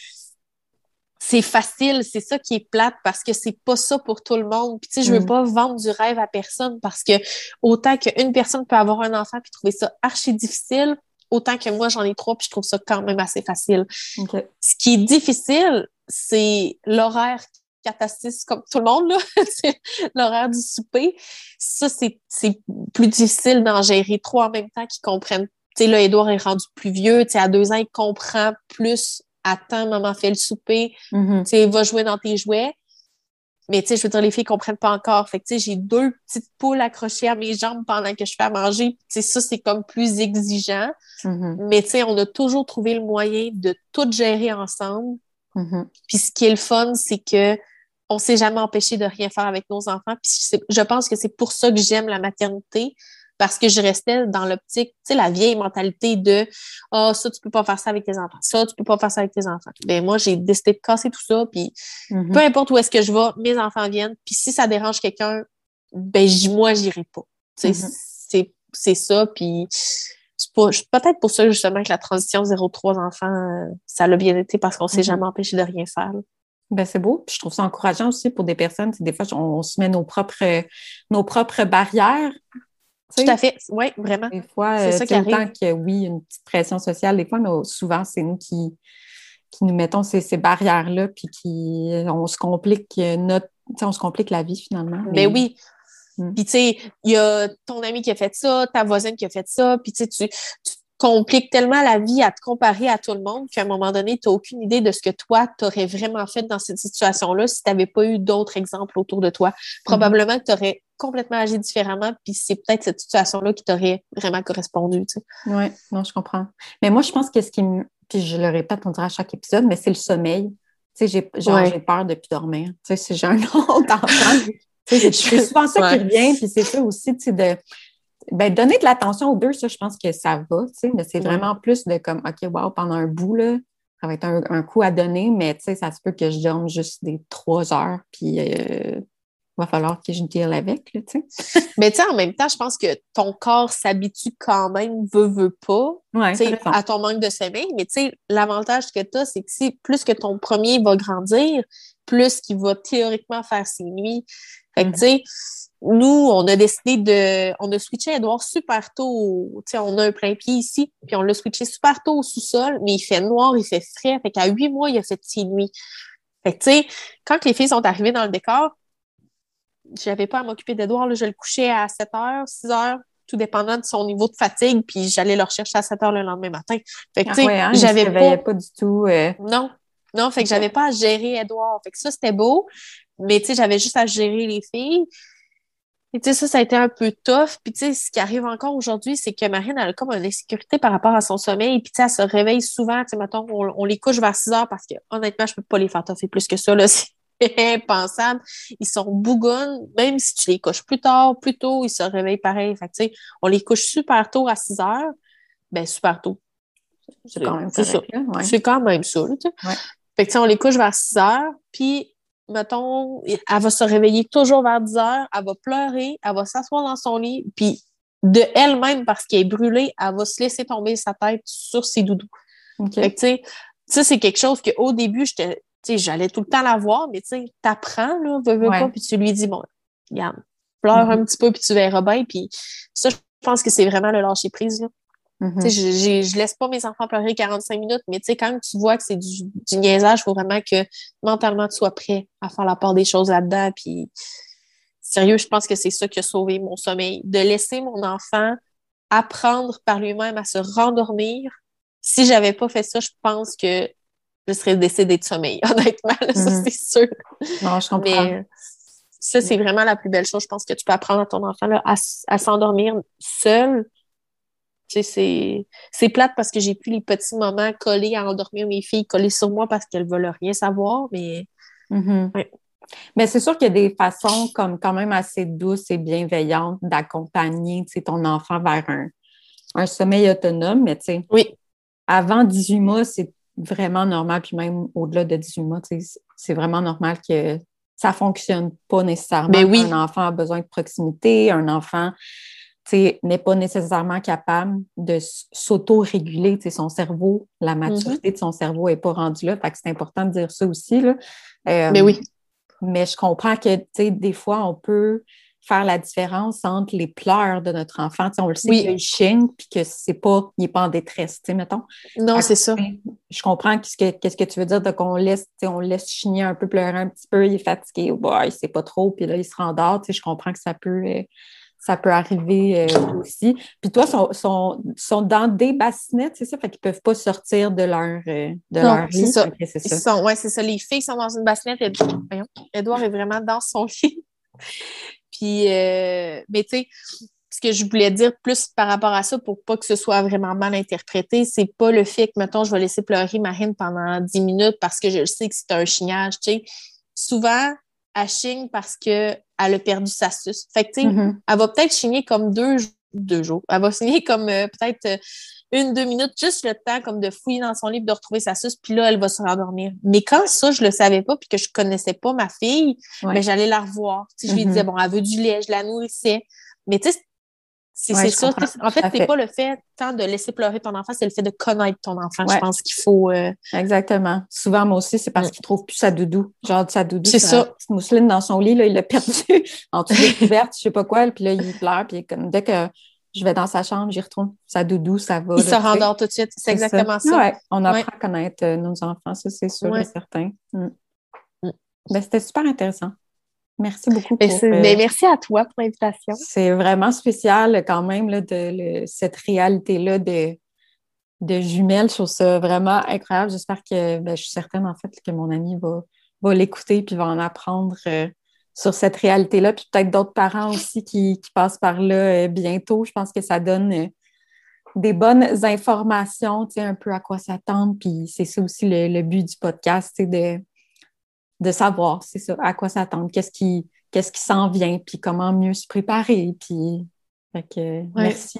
C'est facile, c'est ça qui est plate parce que c'est pas ça pour tout le monde. Puis tu sais, je veux pas vendre du rêve à personne parce que autant qu'une personne peut avoir un enfant puis trouver ça archi difficile, autant que moi j'en ai 3 puis je trouve ça quand même assez facile. OK. Ce qui est difficile, c'est l'horaire 4 à 6 comme tout le monde, là. L'horaire du souper. Ça, c'est plus difficile d'en gérer 3 en même temps qui comprennent. Tu sais, là, Édouard est rendu plus vieux. Tu sais, à 2 ans, il comprend plus. Attends, maman fait le souper. Tu sais, va jouer dans tes jouets. Mais tu sais, je veux dire, les filles comprennent pas encore. Fait que tu sais, j'ai 2 petites poules accrochées à mes jambes pendant que je fais à manger. Tu sais, ça, c'est comme plus exigeant. Mais tu sais, on a toujours trouvé le moyen de tout gérer ensemble. Puis ce qui est le fun, c'est que on s'est jamais empêché de rien faire avec nos enfants. Puis je pense que c'est pour ça que j'aime la maternité, parce que je restais dans l'optique, tu sais, la vieille mentalité de ça, tu peux pas faire ça avec tes enfants. Ça, tu peux pas faire ça avec tes enfants. Ben moi, j'ai décidé de casser tout ça, puis peu importe où est-ce que je vais, mes enfants viennent. Puis si ça dérange quelqu'un, ben moi, j'irai pas. Tu sais, c'est ça, puis peut-être pour ça, justement, que la transition 0-3 enfants, ça l'a bien été parce qu'on s'est jamais empêché de rien faire. Là. Ben, c'est beau. Puis je trouve ça encourageant aussi pour des personnes. Des fois, on se met nos propres barrières. Tout à fait. Oui, vraiment. Des fois, c'est ça qui arrive. autant que oui, une petite pression sociale, des fois, mais souvent, c'est nous qui nous mettons ces barrières-là, puis on se complique on se complique la vie finalement. Ben oui. Puis, tu sais, il y a ton ami qui a fait ça, ta voisine qui a fait ça, puis tu sais, tu compliques tellement la vie à te comparer à tout le monde qu'à un moment donné, tu n'as aucune idée de ce que toi, tu aurais vraiment fait dans cette situation-là si tu n'avais pas eu d'autres exemples autour de toi. Probablement que tu aurais complètement agi différemment, puis c'est peut-être cette situation-là qui t'aurait vraiment correspondu, tu sais. Oui, non, je comprends. Mais moi, je pense que puis je le répète, on dirait à chaque épisode, mais c'est le sommeil. Tu sais, j'ai peur de plus dormir. Tu sais, si j'ai un autre enfant, tu sais, c'est souvent ça qui revient, puis c'est ça aussi, tu sais, donner de l'attention aux deux, ça, je pense que ça va, tu sais, mais c'est vraiment plus de comme, OK, wow, pendant un bout, là, ça va être un coup à donner, mais tu sais, ça se peut que je dorme juste des 3 heures, puis va falloir que je deal avec, là, tu sais. Mais tu sais, en même temps, je pense que ton corps s'habitue quand même, veut pas, à ton manque de sommeil. Mais tu sais, l'avantage que tu as, c'est que plus que ton premier va grandir, plus qu'il va théoriquement faire ses nuits. Fait que tu sais, nous, on a switché Edouard super tôt. Tu sais, on a un plein pied ici, puis on l'a switché super tôt au sous-sol, mais il fait noir, il fait frais. Fait qu'à 8 mois, il a fait ses nuits. Fait que tu sais, quand les filles sont arrivées dans le décor, j'avais pas à m'occuper d'Edouard, là, je le couchais à 7 heures, 6 heures, tout dépendant de son niveau de fatigue, puis j'allais le rechercher à 7 heures le lendemain matin. Fait que, tu sais, j'avais pas du tout. Non, fait que j'avais pas à gérer Edouard. Fait que ça, c'était beau, mais tu sais, j'avais juste à gérer les filles. Et tu sais, ça a été un peu tough. Puis tu sais, ce qui arrive encore aujourd'hui, c'est que Marine, elle a comme une insécurité par rapport à son sommeil. Puis tu sais, elle se réveille souvent. Tu sais, mettons, on les couche vers 6 heures parce que, honnêtement, je peux pas les faire toffer plus que ça, là. C'est impensable. Ils sont bougonnent. Même si tu les couches plus tard, plus tôt, ils se réveillent pareil. Fait que tu sais, on les couche super tôt à 6 heures. Ben, super tôt. C'est quand même correct, ça. Ouais. C'est quand même ça, tu sais. Ouais. Fait que tu sais, on les couche vers 6 heures. Puis mettons, elle va se réveiller toujours vers 10 heures, elle va pleurer, elle va s'asseoir dans son lit, puis de elle-même, parce qu'elle est brûlée, elle va se laisser tomber sa tête sur ses doudous. Okay. Fait que, tu sais, ça, c'est quelque chose qu'au début, j'allais tout le temps la voir, mais tu sais, t'apprends, là, veux pas, puis tu lui dis, bon, regarde, pleure un petit peu, puis tu verras bien, puis ça, je pense que c'est vraiment le lâcher-prise, là. Tu sais, je laisse pas mes enfants pleurer 45 minutes, mais tu sais, quand tu vois que c'est du niaisage, il faut vraiment que mentalement tu sois prêt à faire la part des choses là-dedans. Puis, sérieux, je pense que c'est ça qui a sauvé mon sommeil. De laisser mon enfant apprendre par lui-même à se rendormir. Si j'avais pas fait ça, je pense que je serais décédée de sommeil, honnêtement. Là, ça, c'est sûr. Non, je comprends. Mais ça, c'est vraiment la plus belle chose. Je pense que tu peux apprendre à ton enfant là, à s'endormir seul. Tu sais, c'est plate parce que j'ai plus les petits moments collés à endormir mes filles, collées sur moi parce qu'elles veulent rien savoir, mais ouais. Mais c'est sûr qu'il y a des façons comme quand même assez douces et bienveillantes d'accompagner, tu sais, ton enfant vers un sommeil autonome, mais tu sais, Oui. avant 18 mois, c'est vraiment normal, puis même au-delà de 18 mois, tu sais, c'est vraiment normal que ça fonctionne pas nécessairement. Ben oui. Un enfant a besoin de proximité, un enfant, tu sais, n'est pas nécessairement capable de s'auto-réguler, tu sais, son cerveau, la maturité de son cerveau n'est pas rendue là, fait que c'est important de dire ça aussi, là. Ben oui. Mais je comprends que, tu sais, des fois, on peut faire la différence entre les pleurs de notre enfant. Tu sais, on le sait Oui. qu'il chigne puis que il n'est pas en détresse, tu sais, mettons. Non, c'est ça. Je comprends qu'est-ce que tu veux dire de qu'on laisse, tu sais, on laisse chigner un peu, pleurer un petit peu, il est fatigué, ou bah, il sait pas trop, puis là, il se rendort. Tu sais, je comprends que ça peut arriver aussi. Puis toi, sont dans des bassinettes, c'est ça? Fait qu'ils peuvent pas sortir de leur C'est lit. ça. Okay, c'est ça. C'est ça. Les filles sont dans une bassinette. Edouard est vraiment dans son lit. Puis, mais tu sais, ce que je voulais dire plus par rapport à ça, pour pas que ce soit vraiment mal interprété, c'est pas le fait que, mettons, je vais laisser pleurer Marine pendant 10 minutes parce que je sais que c'est un chignage, tu sais. Souvent, elle chigne parce qu'elle a perdu sa suce. Fait que, tu sais, elle va peut-être chigner comme deux jours. Elle va chigner comme peut-être 1-2 minutes, juste le temps comme de fouiller dans son livre, de retrouver sa suce, puis là, elle va se rendormir. Mais quand ça, je le savais pas, puis que je connaissais pas ma fille, mais j'allais la revoir. Tu sais, je lui disais, bon, elle veut du lait, je la nourrissais. Mais tu sais, c'est ça. En fait, c'est pas le fait tant de laisser pleurer ton enfant, c'est le fait de connaître ton enfant. Je pense qu'il faut... Exactement. Souvent, moi aussi, c'est parce qu'il trouve plus sa doudou. Genre, sa doudou, c'est sa ça. petite mousseline dans son lit, là, il l'a perdu en dessous des couvertes, je sais pas quoi, puis là, il pleure, puis comme dès que je vais dans sa chambre, j'y retourne. Sa doudou, ça va. Il se rendort tout de suite. C'est exactement ça. Ouais, on apprend à connaître nos enfants, ça, c'est sûr et certain. Ben, c'était super intéressant. Merci beaucoup pour... merci à toi pour l'invitation. C'est vraiment spécial quand même là, cette réalité-là de jumelles. Je trouve ça vraiment incroyable. J'espère que je suis certaine en fait que mon ami va l'écouter puis va en apprendre sur cette réalité-là. Puis peut-être d'autres parents aussi qui passent par là bientôt. Je pense que ça donne des bonnes informations, tu sais, un peu à quoi s'attendre. Puis c'est ça aussi le but du podcast, c'est de savoir, c'est ça, à quoi s'attendre, qu'est-ce qui s'en vient, puis comment mieux se préparer. Puis, merci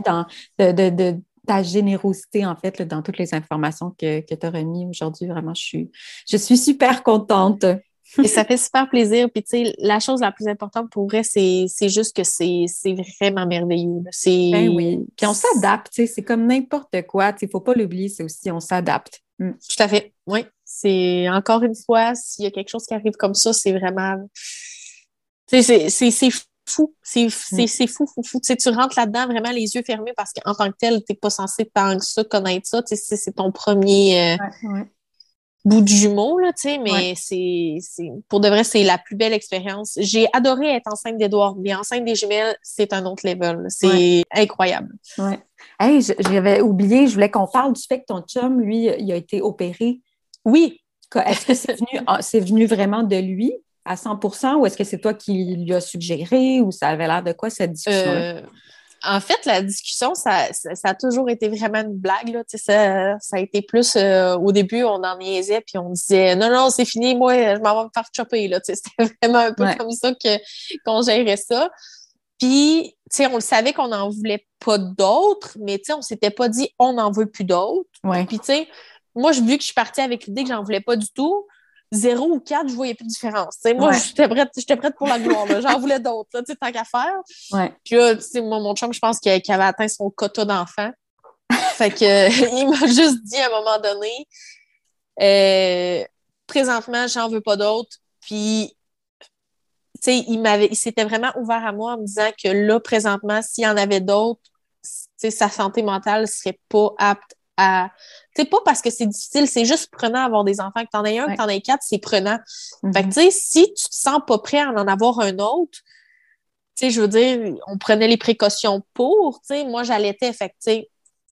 de ta générosité, en fait, là, dans toutes les informations que tu as remises aujourd'hui. Vraiment, je suis super contente. Et ça fait super plaisir. Puis, tu sais, la chose la plus importante pour vrai, c'est juste que c'est vraiment merveilleux. Ben oui. Puis on s'adapte, tu sais, c'est comme n'importe quoi. Tu sais, il ne faut pas l'oublier, c'est aussi on s'adapte. Tout à fait. Oui. C'est encore une fois, s'il y a quelque chose qui arrive comme ça, c'est vraiment. Tu sais, c'est fou. C'est fou. Tu sais, tu rentres là-dedans vraiment les yeux fermés parce qu'en tant que tel, tu n'es pas censé tant que ça connaître ça. Tu sais, c'est ton premier. Bout de jumeau, là, tu sais, mais c'est pour de vrai, c'est la plus belle expérience. J'ai adoré être enceinte d'Édouard, mais enceinte des jumelles, c'est un autre level. C'est incroyable. Ouais. Hey, j'avais oublié, je voulais qu'on parle du fait que ton chum, lui, il a été opéré. Oui. Est-ce que c'est venu vraiment de lui à 100% ou est-ce que c'est toi qui lui as suggéré ou ça avait l'air de quoi cette discussion-là? En fait, la discussion, ça a toujours été vraiment une blague, là. Tu sais, ça a été plus au début, on en niaisait, puis on disait non, c'est fini, moi, je m'en vais me faire chopper, là. Tu sais, c'était vraiment un peu comme ça qu'on gérait ça. Puis, tu sais, on le savait qu'on n'en voulait pas d'autres, mais tu sais, on s'était pas dit on n'en veut plus d'autres. Puis, tu sais, moi, vu que je suis partie avec l'idée que j'en voulais pas du tout, 0 ou 4, je voyais plus de différence. T'sais, moi, j'étais prête pour la gloire. J'en voulais d'autres, là, tant qu'à faire. Puis là, mon chum, je pense qu'il avait atteint son quota d'enfants. Fait que il m'a juste dit à un moment donné, présentement, j'en veux pas d'autres. Puis, tu sais, il s'était vraiment ouvert à moi en me disant que là, présentement, s'il y en avait d'autres, sa santé mentale serait pas apte à... Tu sais, pas parce que c'est difficile, c'est juste prenant d'avoir des enfants. Que t'en aies un, que t'en aies 4, c'est prenant. Fait que, tu sais, si tu te sens pas prêt à en avoir un autre, tu sais, je veux dire, on prenait les précautions pour, tu sais, moi, j'allaitais, fait que, tu sais,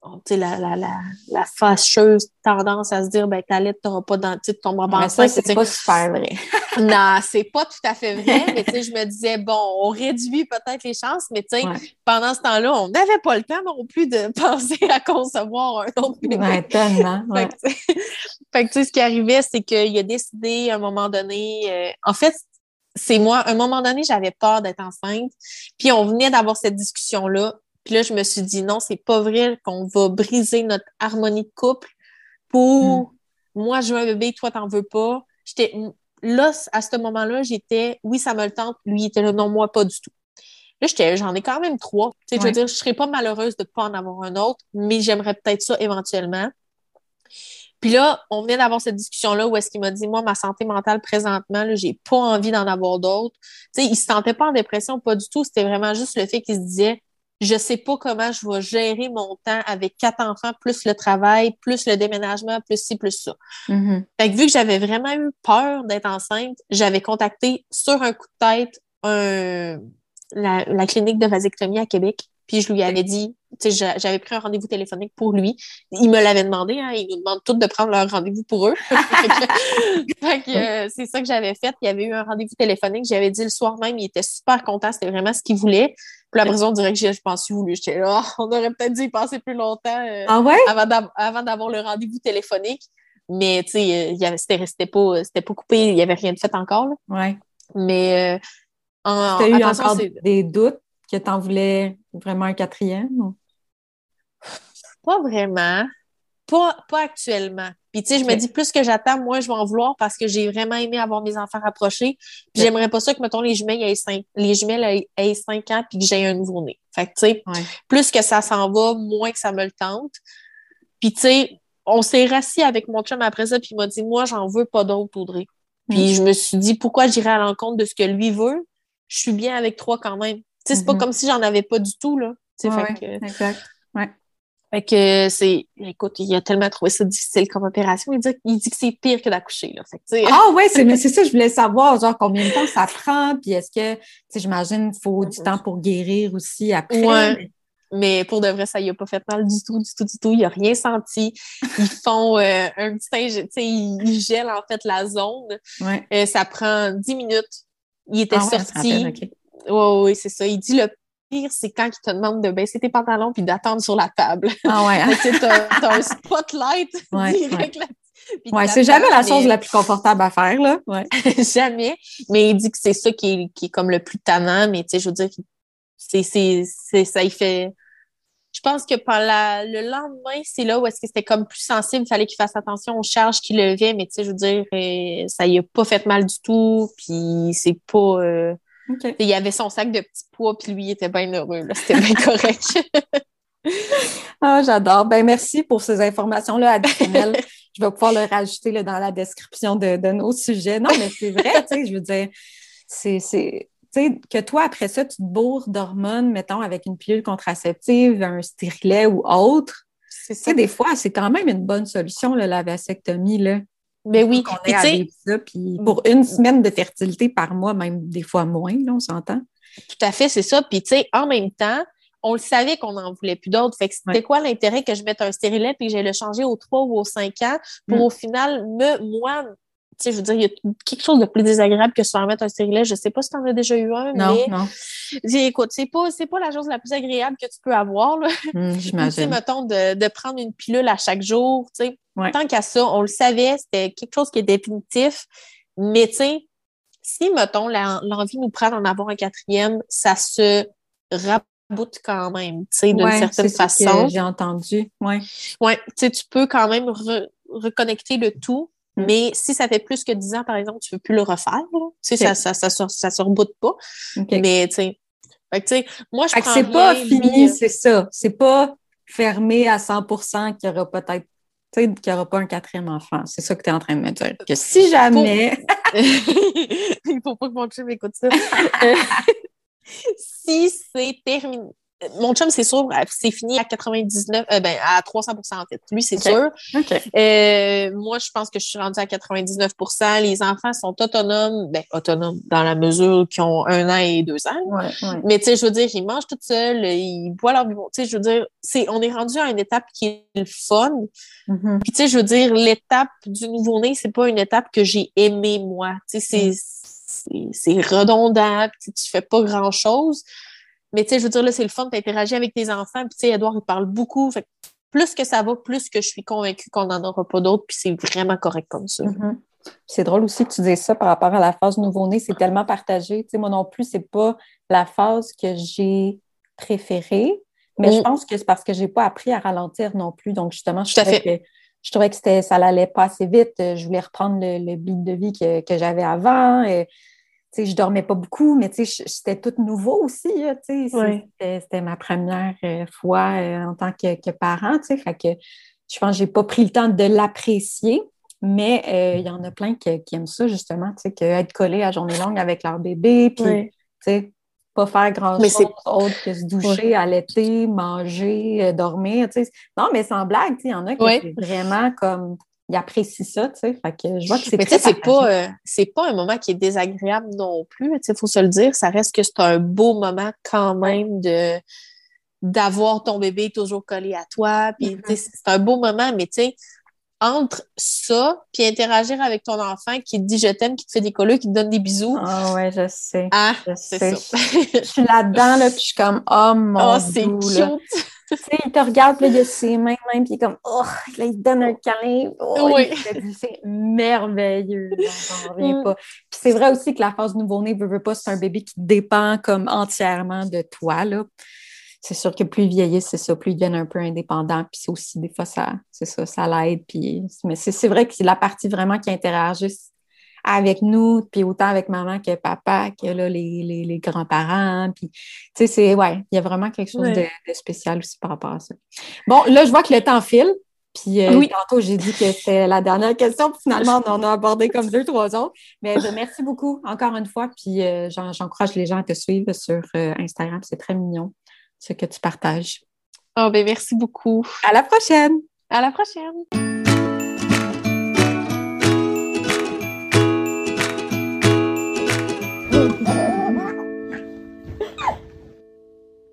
la fâcheuse tendance à se dire, ben, t'allaites, t'auras pas tu tomberas pas enceinte. Ça, c'est pas super vrai. Non, c'est pas tout à fait vrai, mais tu sais, je me disais, bon, on réduit peut-être les chances, mais tu sais, pendant ce temps-là, on n'avait pas le temps non plus de penser à concevoir un autre bébé. Ouais, tellement. Fait que tu sais, ce qui arrivait, c'est qu'il a décidé à un moment donné, en fait, c'est moi, à un moment donné, j'avais peur d'être enceinte. Puis on venait d'avoir cette discussion-là. Puis là, je me suis dit, non, c'est pas vrai qu'on va briser notre harmonie de couple pour moi, je veux un bébé, toi, t'en veux pas. Là, à ce moment-là, oui, ça me le tente. Lui, il était là, non, moi, pas du tout. Là, j'en ai quand même 3. Tu sais, je veux dire, je serais pas malheureuse de pas en avoir un autre, mais j'aimerais peut-être ça éventuellement. Puis là, on venait d'avoir cette discussion-là où est-ce qu'il m'a dit, moi, ma santé mentale présentement, là, j'ai pas envie d'en avoir d'autres. Tu sais, il se sentait pas en dépression, pas du tout. C'était vraiment juste le fait qu'il se disait, je sais pas comment je vais gérer mon temps avec 4 enfants, plus le travail, plus le déménagement, plus ci, plus ça. Mm-hmm. Fait que vu que j'avais vraiment eu peur d'être enceinte, j'avais contacté sur un coup de tête la clinique de vasectomie à Québec. Puis je lui avais dit, tu sais, j'avais pris un rendez-vous téléphonique pour lui. Il me l'avait demandé, hein, ils nous demandent tous de prendre leur rendez-vous pour eux. C'est ça que j'avais fait. Il y avait eu un rendez-vous téléphonique. J'avais dit le soir même, il était super content. C'était vraiment ce qu'il voulait. Puis après ça, on dirait que je pense voulu. J'étais là, on aurait peut-être dû y passer plus longtemps avant d'avoir le rendez-vous téléphonique. Mais tu sais, c'était pas coupé. Il n'y avait rien de fait encore. Là. Ouais. Mais tu as eu encore des doutes que tu en voulais vraiment un 4e? Ou? Pas vraiment. Pas actuellement. Puis, tu sais, je me dis, plus que j'attends, moins je vais en vouloir parce que j'ai vraiment aimé avoir mes enfants rapprochés. Puis, j'aimerais pas ça que, mettons, les jumelles aient 5 ans puis que j'ai un nouveau-né. Fait que, tu sais, plus que ça s'en va, moins que ça me le tente. Puis, tu sais, on s'est rassis avec mon chum après ça puis il m'a dit, moi, j'en veux pas d'autres, Audrey. Puis, je me suis dit, pourquoi j'irais à l'encontre de ce que lui veut? Je suis bien avec 3 quand même. Tu sais, c'est pas comme si j'en avais pas du tout, là. Exact. Ouais. Fait que écoute, il a tellement trouvé ça difficile comme opération. Il dit que c'est pire que d'accoucher, là. Fait que, ouais, c'est ça, je voulais savoir, genre, combien de temps ça prend, puis est-ce que, tu sais, j'imagine, il faut du temps pour guérir aussi après. Ouais. Mais pour de vrai, ça y a pas fait mal du tout, du tout, du tout. Il a rien senti. Ils font un petit, tu sais, ils gèlent, en fait, la zone. Ouais. Ça prend 10 minutes. Il était sorti. Okay. Oui, c'est ça. Il dit le pire, c'est quand il te demande de baisser tes pantalons puis d'attendre sur la table. Ah ouais. T'as un spotlight direct là-dessus. Ouais, c'est jamais la chose la plus confortable à faire, là. Ouais. Jamais. Mais il dit que c'est ça qui est comme le plus tannant. Mais tu sais, je veux dire, ça, il fait... Je pense que le lendemain, c'est là où est-ce que c'était comme plus sensible. Il fallait qu'il fasse attention aux charges qu'il levait. Mais tu sais, je veux dire, ça y a pas fait mal du tout. Puis c'est pas... Okay. Il y avait son sac de petits pois, puis lui, il était bien heureux. Là. C'était bien correct. J'adore. Ben merci pour ces informations-là additionnelles. Je vais pouvoir le rajouter là, dans la description de nos sujets. Non, mais c'est vrai, tu sais, je veux dire, tu sais, que toi, après ça, tu te bourres d'hormones, mettons, avec une pilule contraceptive, un stérilet ou autre. C'est ça. Tu sais, des fois, c'est quand même une bonne solution, là, la vasectomie, là. Mais oui. Qu'on ait à vivre ça, puis pour une semaine de fertilité par mois, même des fois moins, là, on s'entend. Tout à fait, c'est ça. Puis, tu sais, en même temps, on le savait qu'on n'en voulait plus d'autres. Fait que c'était quoi l'intérêt que je mette un stérilet puis que j'allais le changer aux 3 ou aux 5 ans pour au final, moi, tu sais, je veux dire, il y a quelque chose de plus désagréable que se faire mettre un stérilet. Je sais pas si tu en as déjà eu un, non. Écoute, c'est pas la chose la plus agréable que tu peux avoir, là. J'imagine. Tu sais, mettons, de prendre une pilule à chaque jour, tu sais. Tant qu'à ça, on le savait, c'était quelque chose qui est définitif. Mais, tu sais, si, mettons, l'envie nous prend d'en avoir un 4e, ça se raboute quand même, tu sais, d'une certaine façon. C'est ce que j'ai entendu, Ouais, tu sais, tu peux quand même reconnecter le tout, mais si ça fait plus que 10 ans, par exemple, tu ne veux plus le refaire, tu sais, ça se reboute pas. Mais, tu sais, moi, je prends c'est pas fini, c'est ça. C'est pas fermé à 100% qu'il y aura peut-être qu'il n'y aura pas un 4e enfant. C'est ça que tu es en train de me dire. Que si jamais... Il faut pas que mon chum écoute ça. Si c'est terminé... Mon chum, c'est sûr, c'est fini à 99... à 300% en fait. Lui, c'est sûr. Moi, je pense que je suis rendue à 99%. Les enfants sont autonomes. Autonomes dans la mesure qu'ils ont 1 an et 2 ans. Mais tu sais, je veux dire, ils mangent tout seuls, ils boivent leur biberon. Tu sais, je veux dire, on est rendu à une étape qui est le fun. Puis tu sais, je veux dire, l'étape du nouveau-né, c'est pas une étape que j'ai aimée, moi. Tu sais, c'est redondant, tu fais pas grand-chose. Mais tu sais, je veux dire, là, c'est le fun d'interagir avec tes enfants. Puis tu sais, Édouard, il parle beaucoup. Fait plus que ça va, plus que je suis convaincue qu'on n'en aura pas d'autres. Puis c'est vraiment correct comme ça. C'est drôle aussi que tu dises ça par rapport à la phase nouveau-né, c'est tellement partagé. Tu sais, moi non plus, c'est pas la phase que j'ai préférée, mais je pense que c'est parce que j'ai pas appris à ralentir non plus. Donc, justement, Tout à fait. je trouvais que ça allait pas assez vite. Je voulais reprendre le beat de vie que j'avais avant. Et, tu sais, je dormais pas beaucoup, mais tu sais, c'était tout nouveau aussi. Là, tu sais, Oui. c'était ma première fois en tant que parent. Tu sais, fait que je pense que j'ai pas pris le temps de l'apprécier. Mais il y en a plein qui aiment ça, justement, tu sais, être collé à journée longue avec leur bébé, puis, tu Oui. sais, pas faire Mais grand-chose c'est. autre que se Oui. doucher, allaiter, manger, dormir, tu sais. Non, mais sans blague, tu sais, il y en a que Oui. c'est vraiment comme, ils apprécient ça, tu sais. Fait que je vois que c'est Mais tu sais, très partagé. c'est pas un moment qui est désagréable non plus. Tu sais, faut se le dire, ça reste que c'est un beau moment quand Ouais. même de d'avoir ton bébé toujours collé à toi. Puis, tu Mhm. sais, c'est un beau moment, mais tu sais, entre ça, puis interagir avec ton enfant qui te dit je t'aime, qui te fait des câlins, qui te donne des bisous, Ah ouais, je sais. ah, Je c'est sais. ça. Je suis là-dedans, là, puis je suis comme, oh Oh, mon c'est doux, là. cute! Tu sais, il te regarde, puis là, il a ses mains, même, puis il est comme, oh, là, il te donne un câlin. Oh, il Oui. fait du, c'est merveilleux. J'en reviens Mm. pas. Puis c'est vrai aussi que la phase nouveau-né, veut pas, c'est un bébé qui dépend comme entièrement de toi, là. C'est sûr que plus ils vieillissent, c'est ça, plus ils deviennent un peu indépendants. Puis c'est aussi, des fois, c'est ça, ça l'aide. Puis, mais c'est vrai que c'est la partie vraiment qui interagissent avec nous, puis autant avec maman que papa, que là, les grands-parents. Puis, tu sais, ouais, il y a vraiment quelque chose Ouais. de spécial aussi par rapport à ça. Bon, là, je vois que le temps file. Puis Oui. tantôt, j'ai dit que c'était la dernière question, puis finalement, on en a abordé comme deux, trois autres. Mais merci beaucoup encore une fois. Puis j'encourage les gens à te suivre sur Instagram. C'est très mignon ce que tu partages. Oh, ben merci beaucoup. À la prochaine! À la prochaine!